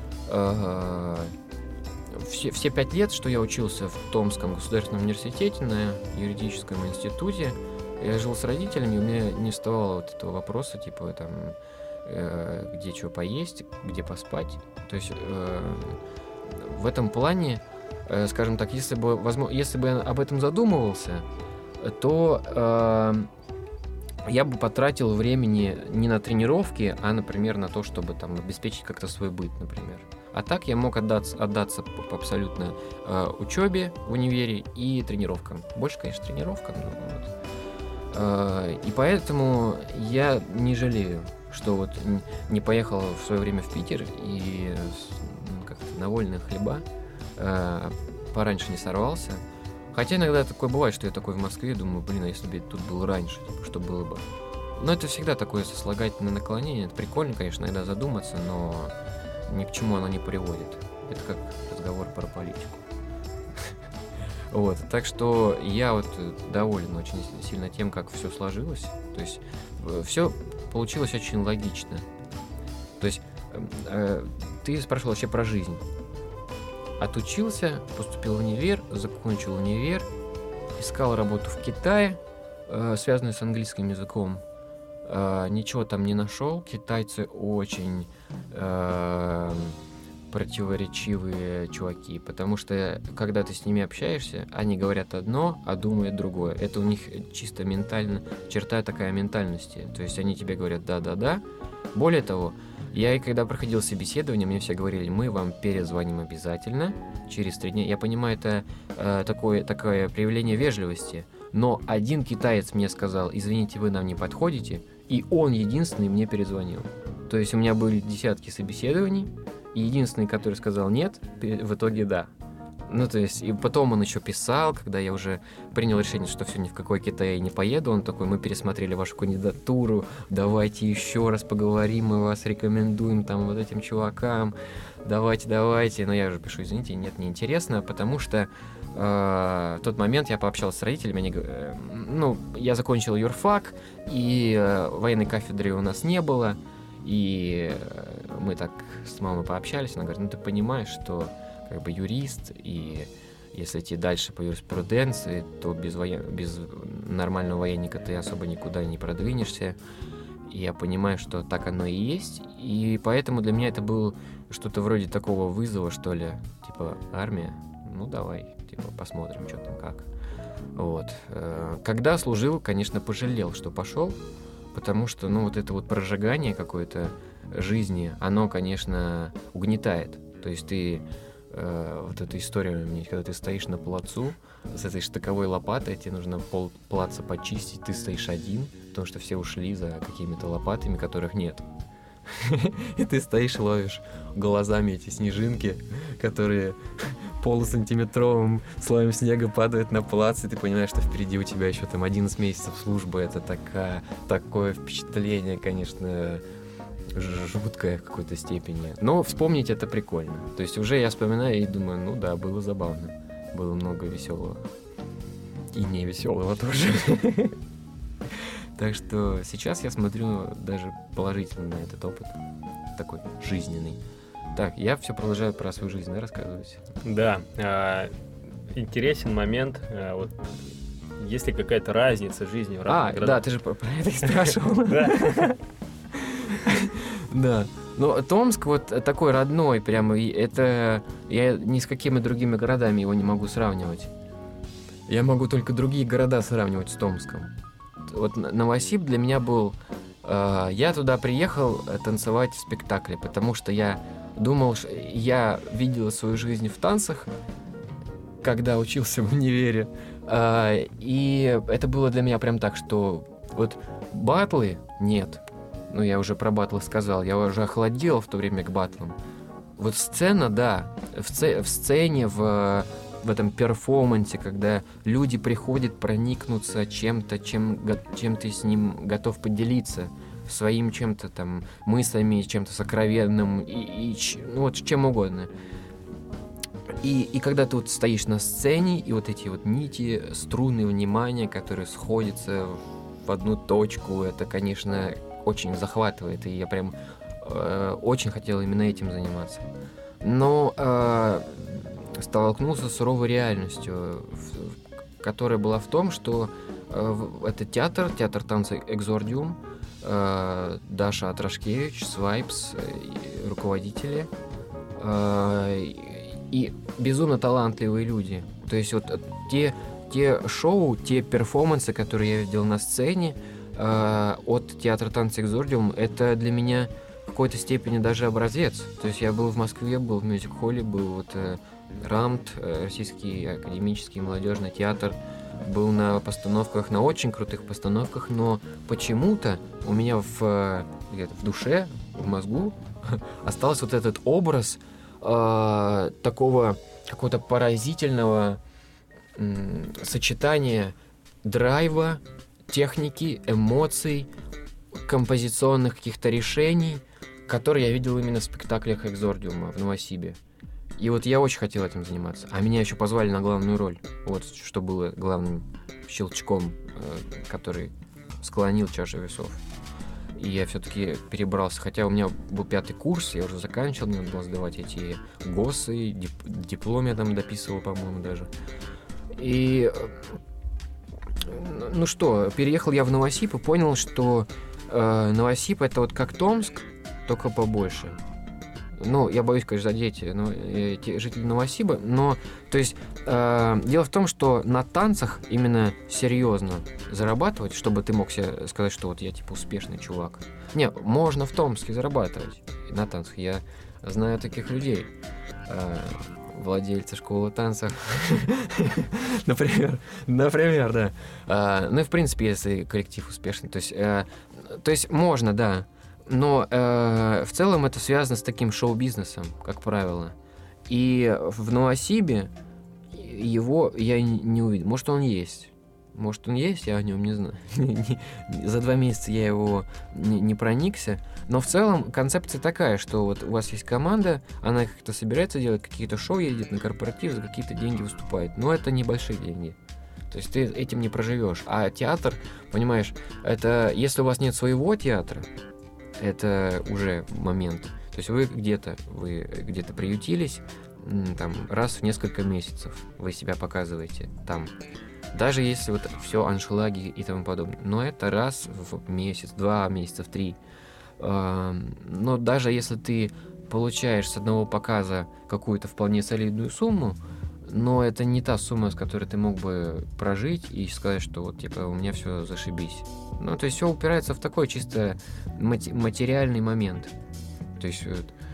все 5 лет, что я учился в Томском государственном университете на юридическом институте, я жил с родителями, у меня не вставало вот этого вопроса, типа, там, где что поесть, где поспать. То есть в этом плане, скажем так, если бы я об этом задумывался, то я бы потратил времени не на тренировки, а, например, на то, чтобы там обеспечить как-то свой быт, например. А так я мог отдаться абсолютно учебе в универе и тренировкам. Больше, конечно, тренировкам. И поэтому я не жалею, что вот не поехал в свое время в Питер и как-то на вольные хлеба пораньше не сорвался. Хотя иногда такое бывает, что я такой в Москве думаю, блин, а если бы я тут был раньше, типа, что было бы? Но это всегда такое сослагательное наклонение. Это прикольно, конечно, иногда задуматься, но ни к чему оно не приводит. Это как разговор про политику. Вот, так что я вот доволен очень сильно тем, как все сложилось. То есть все получилось очень логично. То есть ты спрашивал вообще про жизнь. Отучился, поступил в универ, закончил универ, искал работу в Китае, связанную с английским языком. Ничего там не нашел. Китайцы очень противоречивые чуваки, потому что когда ты с ними общаешься, они говорят одно, а думают другое. Это у них чисто черта такая ментальности. То есть они тебе говорят да. Более того, я и когда проходил собеседование, мне все говорили, мы вам перезвоним обязательно через 3 дня. Я понимаю, это такое проявление вежливости. Но один китаец мне сказал, извините, вы нам не подходите, и он единственный мне перезвонил. То есть у меня были десятки собеседований, и единственный, который сказал нет, в итоге да. Ну, то есть, и потом он еще писал, когда я уже принял решение, что все, ни в какой Китай я не поеду, он такой, мы пересмотрели вашу кандидатуру, давайте еще раз поговорим, мы вас рекомендуем там вот этим чувакам, давайте. Но я уже пишу, извините, нет, не интересно, потому что в тот момент я пообщался с родителями, я закончил юрфак, и военной кафедры у нас не было, и мы так с мамой пообщались, она говорит, ты понимаешь, что как бы юрист, и если идти дальше по юриспруденции, то без нормального военника ты особо никуда не продвинешься. И я понимаю, что так оно и есть, и поэтому для меня это было что-то вроде такого вызова, что ли, типа армия, ну давай, типа посмотрим, что там как. Вот. Когда служил, конечно, пожалел, что пошел, потому что, вот это вот прожигание какой-то жизни, оно, конечно, угнетает. То есть ты вот эта история, когда ты стоишь на плацу с этой штыковой лопатой, тебе нужно пол плаца почистить, ты стоишь один, потому что все ушли за какими-то лопатами, которых нет. И ты стоишь и ловишь глазами эти снежинки, которые полусантиметровым слоем снега падают на плац, и ты понимаешь, что впереди у тебя еще там 11 месяцев службы. Это такое впечатление, конечно, жуткое в какой-то степени. Но вспомнить это прикольно. То есть уже я вспоминаю и думаю, да, было забавно. Было много веселого. И не веселого тоже. Так что сейчас я смотрю даже положительно на этот опыт. Такой жизненный. Так, я все продолжаю про свою жизнь, рассказывать. Да, интересен момент. Вот есть ли какая-то разница в жизни в разных городах? Да, ты же про это и спрашивал. Да. Но Томск вот такой родной, прямо, это я ни с какими другими городами его не могу сравнивать. Я могу только другие города сравнивать с Томском. Вот Новосиб для меня был... я туда приехал танцевать в спектакле, потому что я думал, что я видел свою жизнь в танцах, когда учился в универе. И это было для меня прям так, что вот батлы нет. Я уже про батлы сказал, я уже охладел в то время к батлам. Вот сцена, да, в сцене, в в этом перформансе, когда люди приходят проникнуться чем-то, чем ты с ним готов поделиться, своим чем-то там мыслями, чем-то сокровенным, ну вот чем угодно. И когда ты вот стоишь на сцене, и вот эти вот нити, струны внимания, которые сходятся в одну точку, это, конечно, очень захватывает, и я прям очень хотел именно этим заниматься. Но столкнулся с суровой реальностью, которая была в том, что это театр танца «Экзордиум», Даша Атрашкевич, Свайпс, руководители, и безумно талантливые люди. То есть вот те шоу, те перформансы, которые я видел на сцене от театра танца «Экзордиум», это для меня в какой-то степени даже образец. То есть я был в Москве, был в мюзик-холле, был вот РАМТ, Российский академический молодежный театр, был на постановках, на очень крутых постановках, но почему-то у меня где-то в душе, в мозгу остался вот этот образ такого какого-то поразительного сочетания драйва, техники, эмоций, композиционных каких-то решений, которые я видел именно в спектаклях «Экзордиума» в Новосибе. И вот я очень хотел этим заниматься. А меня еще позвали на главную роль. Вот что было главным щелчком, который склонил чашу весов. И я все-таки перебрался. Хотя у меня был 5-й курс, я уже заканчивал, мне надо было сдавать эти ГОСы, диплом я там дописывал, по-моему, даже. И ну что, переехал я в Новосиб и понял, что Новосиб — это вот как Томск, только побольше. Ну, я боюсь, конечно, задеть жителей Новосиба, но, то есть, дело в том, что на танцах именно серьезно зарабатывать, чтобы ты мог себе сказать, что вот я, типа, успешный чувак. Не, можно в Томске зарабатывать на танцах, я знаю таких людей. Владельцы школы танцев, например, да. Ну и, в принципе, если коллектив успешный, то есть можно, да. Но в целом это связано с таким шоу-бизнесом, как правило. И в Новосибе его я не увидел. Может, он есть, я о нем не знаю. За 2 месяца я его не проникся. Но в целом концепция такая, что вот у вас есть команда, она как-то собирается делать какие-то шоу, едет на корпоратив, за какие-то деньги выступает. Но это небольшие деньги. То есть ты этим не проживешь. А театр, понимаешь, это если у вас нет своего театра, это уже момент. То есть вы где-то приютились, там, раз в несколько месяцев вы себя показываете там. Даже если вот все аншлаги и тому подобное. Но это раз в месяц, 2 месяца, в 3. Но даже если ты получаешь с одного показа какую-то вполне солидную сумму, но это не та сумма, с которой ты мог бы прожить и сказать, что вот типа у меня все зашибись. Ну, то есть все упирается в такой чисто материальный момент. То есть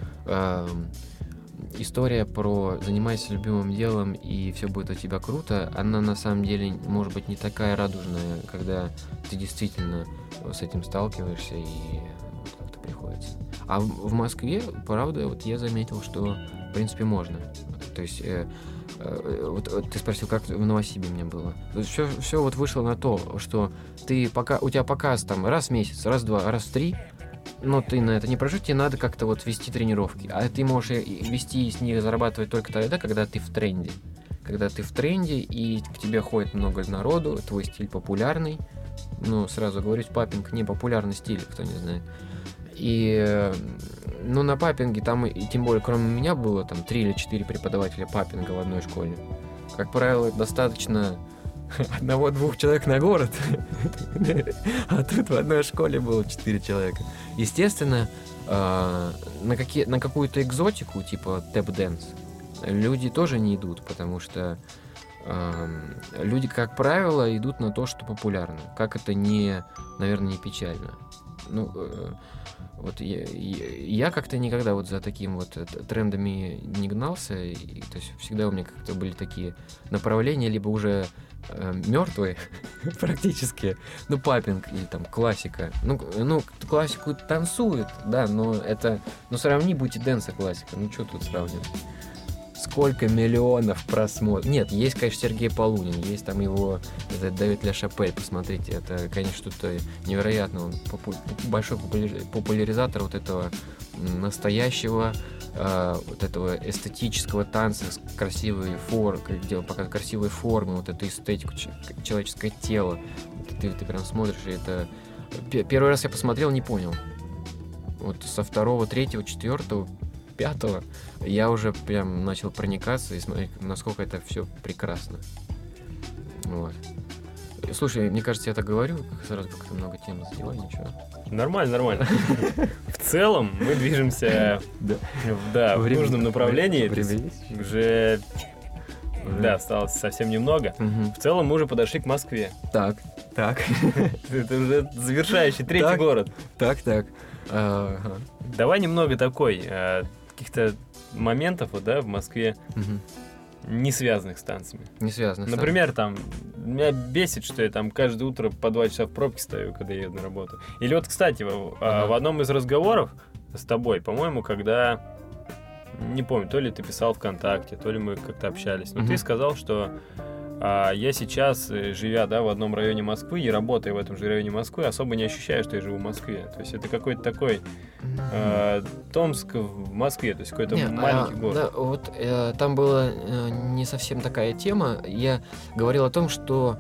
история про занимайся любимым делом и все будет у тебя круто, она на самом деле может быть не такая радужная, когда ты действительно с этим сталкиваешься и как-то приходится. А в Москве, правда, вот я заметил, что в принципе можно. То есть вот ты спросил, как в Новосибе у меня было. Все вот вышло на то, что у тебя показ там раз в месяц, раз в 2, раз в 3, но ты на это не прожить, тебе надо как-то вот вести тренировки. А ты можешь вести с них зарабатывать только тогда, когда ты в тренде. Когда ты в тренде, и к тебе ходит много народу, твой стиль популярный. Ну, сразу говорю, паппинг не популярный стиль, кто не знает. И ну, на паппинге там, и тем более, кроме меня было там 3 или 4 преподавателя паппинга в одной школе. Как правило, достаточно 1-2 человек на город, а тут в одной школе было 4 человека. Естественно, на какую-то экзотику, типа тэп-дэнс, люди тоже не идут, потому что люди, как правило, идут на то, что популярно. Как это наверное, не печально. Ну, вот я как-то никогда вот за таким вот трендами не гнался, то есть всегда у меня как-то были такие направления, либо уже мертвые практически, ну, паппинг или там классика. Ну, классику танцуют, да, но это, ну, сравни бути-дэнс и классика, ну, что тут сравнивать? сколько миллионов просмотров. Нет, есть, конечно, Сергей Полунин, есть там его Давид Ля Шапель, посмотрите, это, конечно, что-то невероятное. Он большой популяризатор вот этого настоящего, вот этого эстетического танца с красивой формой, где он показывает красивые формы, вот эту эстетику, человеческое тело. Ты прям смотришь, и это... Первый раз я посмотрел, не понял. Вот со 2-го, 3-го, 4-го, 5-го я уже прям начал проникаться и смотреть, насколько это все прекрасно. Вот. Слушай, мне кажется, я так говорю, сразу как-то много тем задеваю, ничего. Нормально. В целом мы движемся в нужном направлении. Уже осталось совсем немного. В целом мы уже подошли к Москве. Так. Это уже завершающий 3-й город. Так. Давай немного каких-то моментов в Москве, не связанных с танцами. Например, там, меня бесит, что я там каждое утро по 2 часа в пробке стою, когда еду на работу. Или вот, кстати, в одном из разговоров с тобой, по-моему, когда, не помню, то ли ты писал ВКонтакте, то ли мы как-то общались, но ты сказал, что я сейчас, живя в одном районе Москвы и работая в этом же районе Москвы, особо не ощущаю, что я живу в Москве. То есть это какой-то такой Томск в Москве, то есть какой-то маленький город. Да, вот там была не совсем такая тема. Я говорил о том, что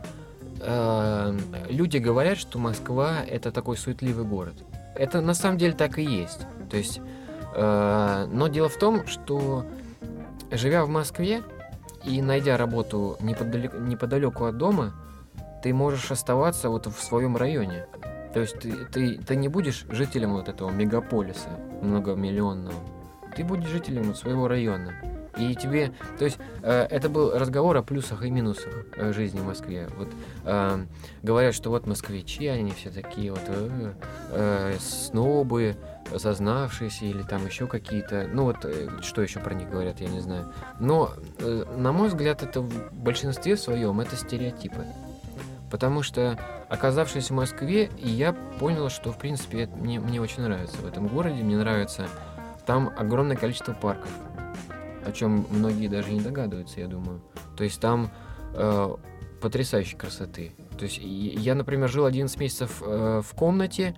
люди говорят, что Москва — это такой суетливый город. Это на самом деле так и есть. То есть, но дело в том, что живя в Москве и найдя работу неподалеку от дома, ты можешь оставаться вот в своем районе. То есть ты не будешь жителем вот этого мегаполиса многомиллионного. Ты будешь жителем своего района. И тебе... То есть это был разговор о плюсах и минусах жизни в Москве. Вот говорят, что вот москвичи, они все такие вот снобы, зазнавшиеся или там еще какие-то... Ну вот, что еще про них говорят, я не знаю. Но, на мой взгляд, это в большинстве своем это стереотипы. Потому что, оказавшись в Москве, я понял, что, в принципе, мне очень нравится в этом городе. Мне нравится... Там огромное количество парков, о чем многие даже не догадываются, я думаю. То есть там потрясающей красоты. То есть я, например, жил 11 месяцев в комнате,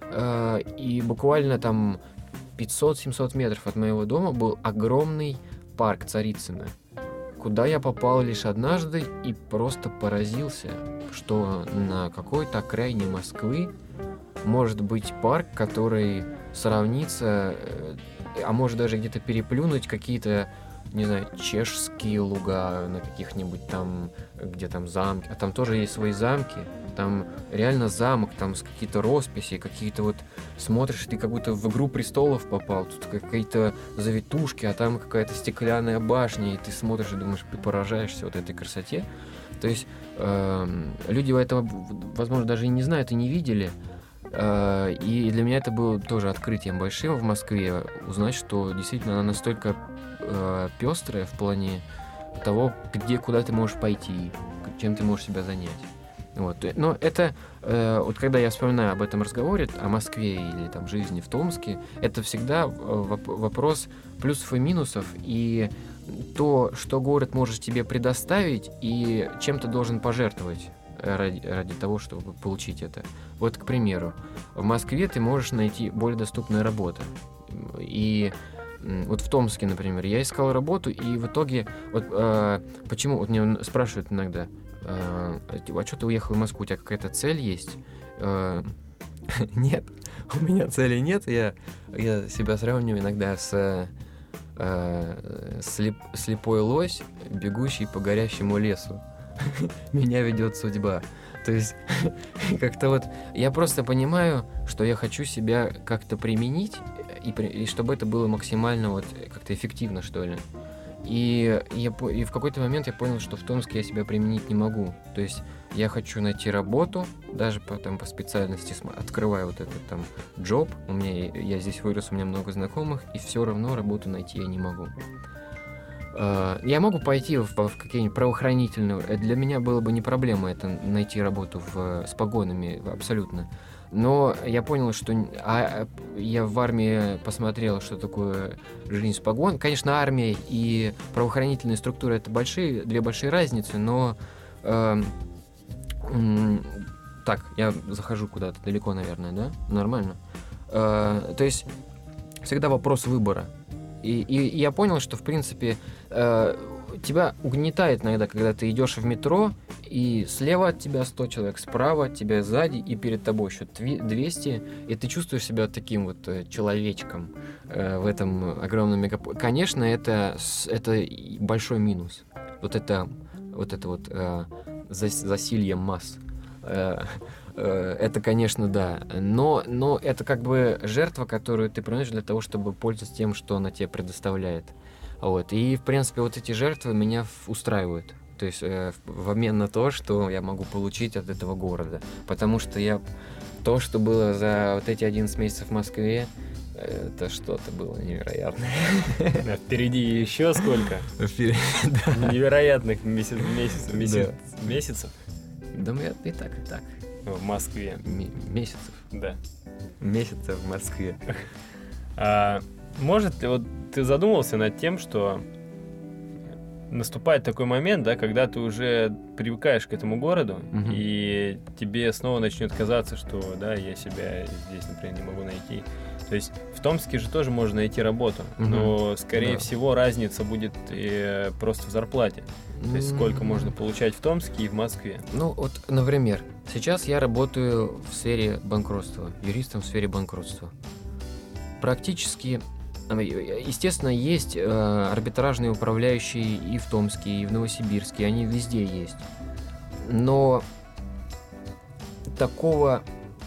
и буквально там 500-700 метров от моего дома был огромный парк Царицыно, куда я попал лишь однажды и просто поразился, что на какой-то окраине Москвы может быть парк, который сравнится, а может даже где-то переплюнуть какие-то, не знаю, чешские луга на каких-нибудь там, где там замки. А там тоже есть свои замки. Там реально замок, там с какие-то росписи, какие-то вот... Смотришь, ты как будто в «Игру престолов» попал. Тут какие-то завитушки, а там какая-то стеклянная башня. И ты смотришь и думаешь, ты поражаешься вот этой красоте. То есть люди этого, возможно, даже и не знают, и не видели. И для меня это было тоже открытием большим в Москве, узнать, что действительно она настолько пестрая в плане того, куда ты можешь пойти, чем ты можешь себя занять. Вот. Но это, вот когда я вспоминаю об этом разговоре, о Москве или там жизни в Томске, это всегда вопрос плюсов и минусов, и то, что город может тебе предоставить, и чем ты должен пожертвовать ради того, чтобы получить это. Вот, к примеру, в Москве ты можешь найти более доступную работу. И вот в Томске, например, я искал работу, и в итоге, вот почему, вот меня спрашивают иногда, а что ты уехал в Москву, у тебя какая-то цель есть? Нет, у меня цели нет, я себя сравниваю иногда с слепой лось, бегущий по горящему лесу. Меня ведет судьба. То есть, как-то вот я просто понимаю, что я хочу себя как-то применить, и чтобы это было максимально вот как-то эффективно, что ли. И в какой-то момент я понял, что в Томске я себя применить не могу. То есть я хочу найти работу, даже по специальности открываю вот этот там джоб. Я здесь вырос, у меня много знакомых, и все равно работу найти я не могу. Я могу пойти в какие-нибудь правоохранительные... Для меня было бы не проблема это найти работу с погонами, абсолютно. Но я понял, что я в армии посмотрел, что такое жизнь с погон. Конечно, армия и правоохранительные структуры — это две большие разницы, но так, я захожу куда-то далеко, наверное, да? Нормально. То есть всегда вопрос выбора. И я понял, что, в принципе, тебя угнетает иногда, когда ты идешь в метро, и слева от тебя 100 человек, справа от тебя, сзади, и перед тобой еще 200, и ты чувствуешь себя таким вот человечком в этом огромном мегаполисе. Конечно, это большой минус. Вот это засилье масс. Это, конечно, да. Но это как бы жертва, которую ты приносишь для того, чтобы пользоваться тем, что она тебе предоставляет. Вот. И, в принципе, вот эти жертвы меня устраивают. То есть в обмен на то, что я могу получить от этого города. Потому что то, что было за вот эти 11 месяцев в Москве, это что-то было невероятное. А впереди еще сколько? Невероятных месяцев. Да, и так. В Москве. Месяцев. Да. Месяцев в Москве. Может, вот ты задумывался над тем, что наступает такой момент, да, когда ты уже привыкаешь к этому городу, и тебе снова начнет казаться, что, да, я себя здесь, например, не могу найти. То есть в Томске же тоже можно найти работу, но, скорее всего, разница будет просто в зарплате. То есть сколько можно получать в Томске и в Москве. Ну, вот, например, сейчас я работаю в сфере банкротства, юристом в сфере банкротства. Практически, естественно, есть арбитражные управляющие и в Томске, и в Новосибирске, они везде есть. Но такого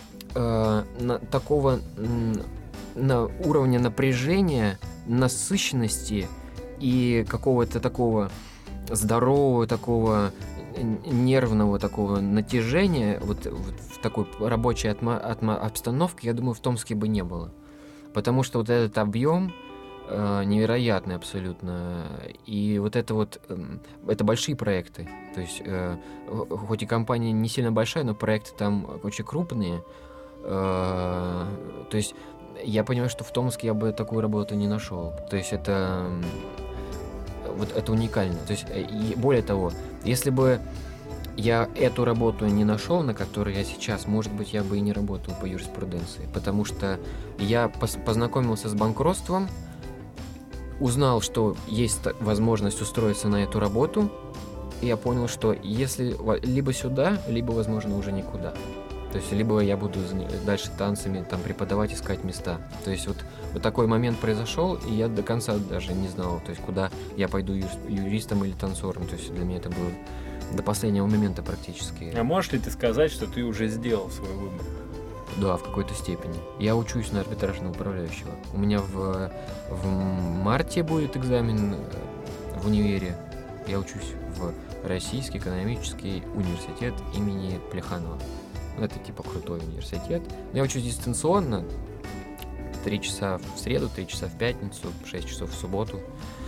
на уровне напряжения, насыщенности и какого-то такого здорового, такого нервного такого натяжения вот в такой рабочей обстановке, я думаю, в Томске бы не было. Потому что вот этот объем невероятный абсолютно. И вот это большие проекты. То есть, хоть и компания не сильно большая, но проекты там очень крупные. То есть, я понимаю, что в Томске я бы такую работу не нашел. То есть, это уникально. То есть, и более того, если бы я эту работу не нашел, на которой я сейчас, может быть, я бы и не работал по юриспруденции. Потому что я познакомился с банкротством, узнал, что есть возможность устроиться на эту работу, и я понял, что если либо сюда, либо, возможно, уже никуда. То есть, либо я буду дальше танцами там преподавать, искать места. То есть, вот такой момент произошел, и я до конца даже не знал, то есть, куда я пойду юристом или танцором. То есть, для меня это было до последнего момента практически. А можешь ли ты сказать, что ты уже сделал свой выбор? Да, в какой-то степени. Я учусь на арбитражного управляющего. У меня в марте будет экзамен в универе. Я учусь в Российский экономический университет имени Плеханова. Это типа крутой университет. Я учусь дистанционно. 3 часа в среду, 3 часа в пятницу, 6 часов в субботу.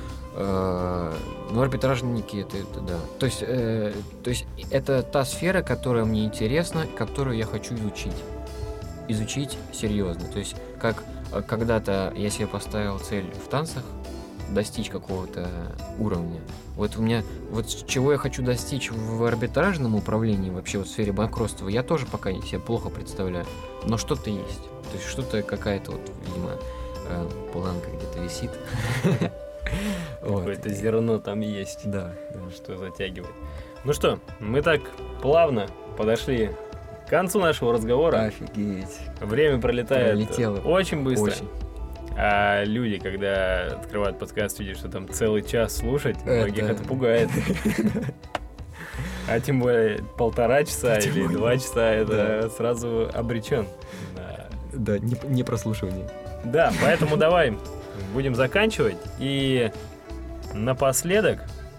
Но арбитражники это да. То есть это та сфера, которая мне интересна, которую я хочу изучить серьезно. То есть как когда-то я себе поставил цель в танцах достичь какого-то уровня. Вот у меня чего я хочу достичь в арбитражном управлении, вообще в сфере банкротства, я тоже пока себе плохо представляю. Но что-то есть. То есть что-то какая-то видимо, планка где-то висит. Какое-то зерно там есть. Да. Что затягивает. Ну что, мы так плавно подошли к концу нашего разговора. Офигеть. Время пролетает очень быстро. Очень. А люди, когда открывают подкаст, видят, что там целый час слушать, многих это пугает. А тем более 1,5 часа или 2 часа, это сразу обречен. Да, не прослушивание. Да, поэтому давай будем заканчивать. И напоследок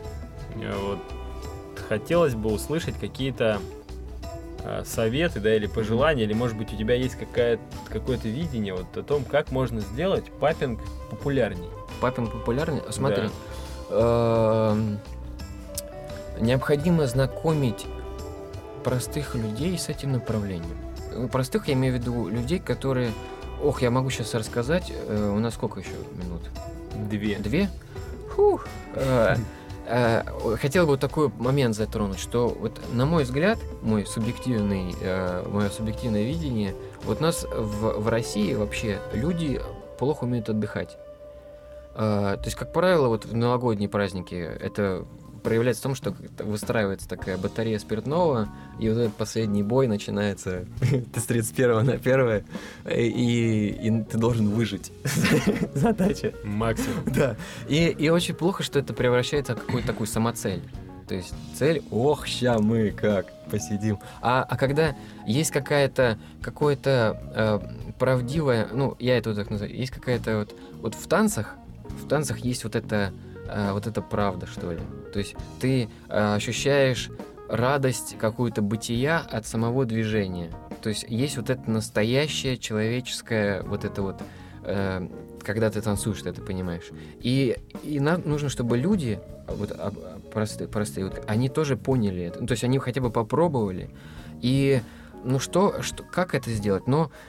хотелось бы услышать какие-то советы, да, или пожелания, или, может быть, у тебя есть какое-то видение о том, как можно сделать папинг популярней. Папинг популярней? Смотри, необходимо знакомить простых людей с этим направлением. простых я имею в виду людей, которые... Ох, я могу сейчас рассказать. У нас сколько еще минут? 2? Фух. Хотел бы вот такой момент затронуть, что вот, на мой взгляд, мое субъективное видение, вот у нас в России вообще люди плохо умеют отдыхать. То есть, как правило, вот в новогодние праздники это проявляется в том, что выстраивается такая батарея спиртного, и вот этот последний бой начинается ты с 31 на 1, и ты должен выжить. Задача. Максимум. Да. И очень плохо, что это превращается в какую-то такую самоцель. То есть цель, ща мы как посидим. А когда есть какое-то правдивое, я это так называю, есть какая-то вот в танцах есть вот эта правда, что ли. То есть ты ощущаешь радость какую-то бытия от самого движения. То есть есть вот это настоящее человеческое когда ты танцуешь, ты это понимаешь. И нужно, чтобы люди, простые, они тоже поняли это. То есть они хотя бы попробовали. И как это сделать?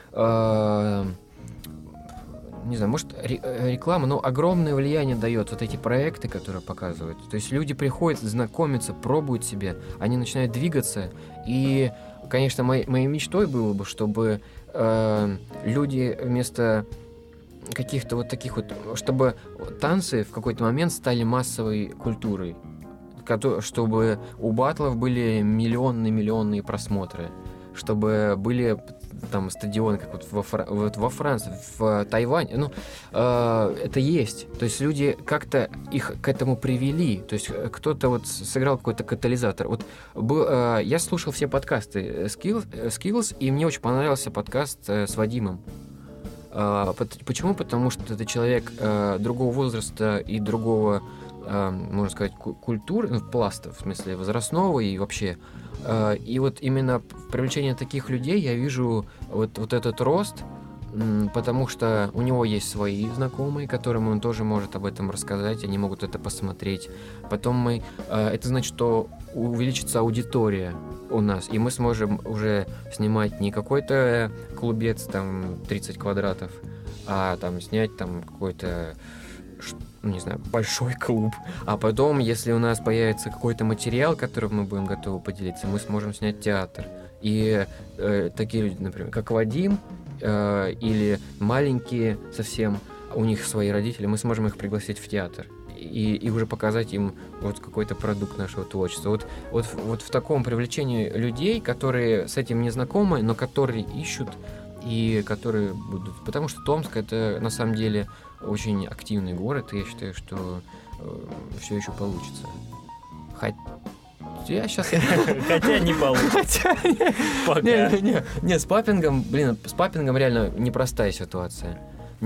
Не знаю, может, реклама, но огромное влияние дает вот эти проекты, которые показывают. То есть люди приходят, знакомятся, пробуют себя, они начинают двигаться. И, конечно, моей мечтой было бы, чтобы люди вместо каких-то вот таких вот, чтобы танцы в какой-то момент стали массовой культурой, чтобы у батлов были миллионные просмотры, чтобы были там стадионы, как во Франции, в Тайване, это есть. То есть люди как-то их к этому привели. То есть кто-то сыграл какой-то катализатор. Я слушал все подкасты Skills, и мне очень понравился подкаст с Вадимом. Почему? Потому что это человек другого возраста и другого, можно сказать, культуры, пласта, в смысле возрастного и вообще. И вот именно в привлечении таких людей я вижу вот этот рост, потому что у него есть свои знакомые, которым он тоже может об этом рассказать, они могут это посмотреть. Потом это значит, что увеличится аудитория у нас, и мы сможем уже снимать не какой-то клубец, там, 30 квадратов, а там снять там какой-то, не знаю, большой клуб. А потом, если у нас появится какой-то материал, которым мы будем готовы поделиться, мы сможем снять театр. И такие люди, например, как Вадим, или маленькие совсем, у них свои родители, мы сможем их пригласить в театр и уже показать им вот какой-то продукт нашего творчества. Вот в таком привлечении людей, которые с этим не знакомы, но которые ищут и которые будут... Потому что Томск — это на самом деле очень активный город, и я считаю, что все еще получится. Хотя не получится. Пока. Не, с папингом реально непростая ситуация.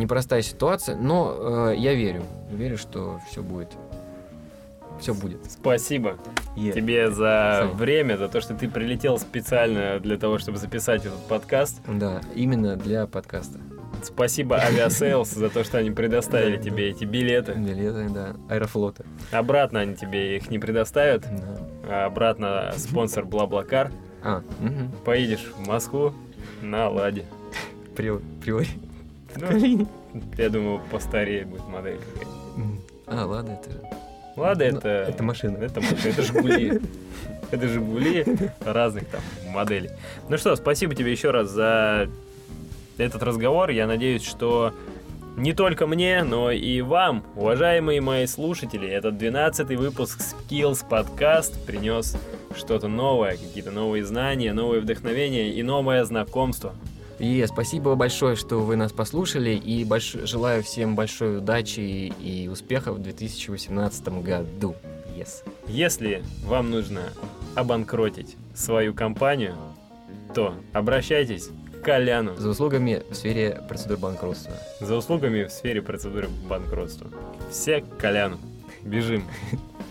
Но я верю, что все будет. Все будет. Спасибо тебе за время, за то, что ты прилетел специально для того, чтобы записать этот подкаст. Да, именно для подкаста. Спасибо Авиасейлс за то, что они предоставили тебе эти билеты. Билеты, да, Аэрофлота. Обратно они тебе их не предоставят. Да. Обратно спонсор BlaBlaCar. Поедешь в Москву на Ладе. Приори. Я думаю, постарее будет модель какая-то. Лада это... Лада это машина. Это Жигули. Это Жигули разных там моделей. Ну что, спасибо тебе еще раз за этот разговор. Я надеюсь, что не только мне, но и вам, уважаемые мои слушатели, этот 12-й выпуск Skills подкаст принес что-то новое, какие-то новые знания, новые вдохновения и новое знакомство. И спасибо большое, что вы нас послушали, и желаю всем большой удачи и успехов в 2018 году. Если вам нужно обанкротить свою компанию, то обращайтесь к Коляну. За услугами в сфере процедур банкротства. Все к Коляну. Бежим.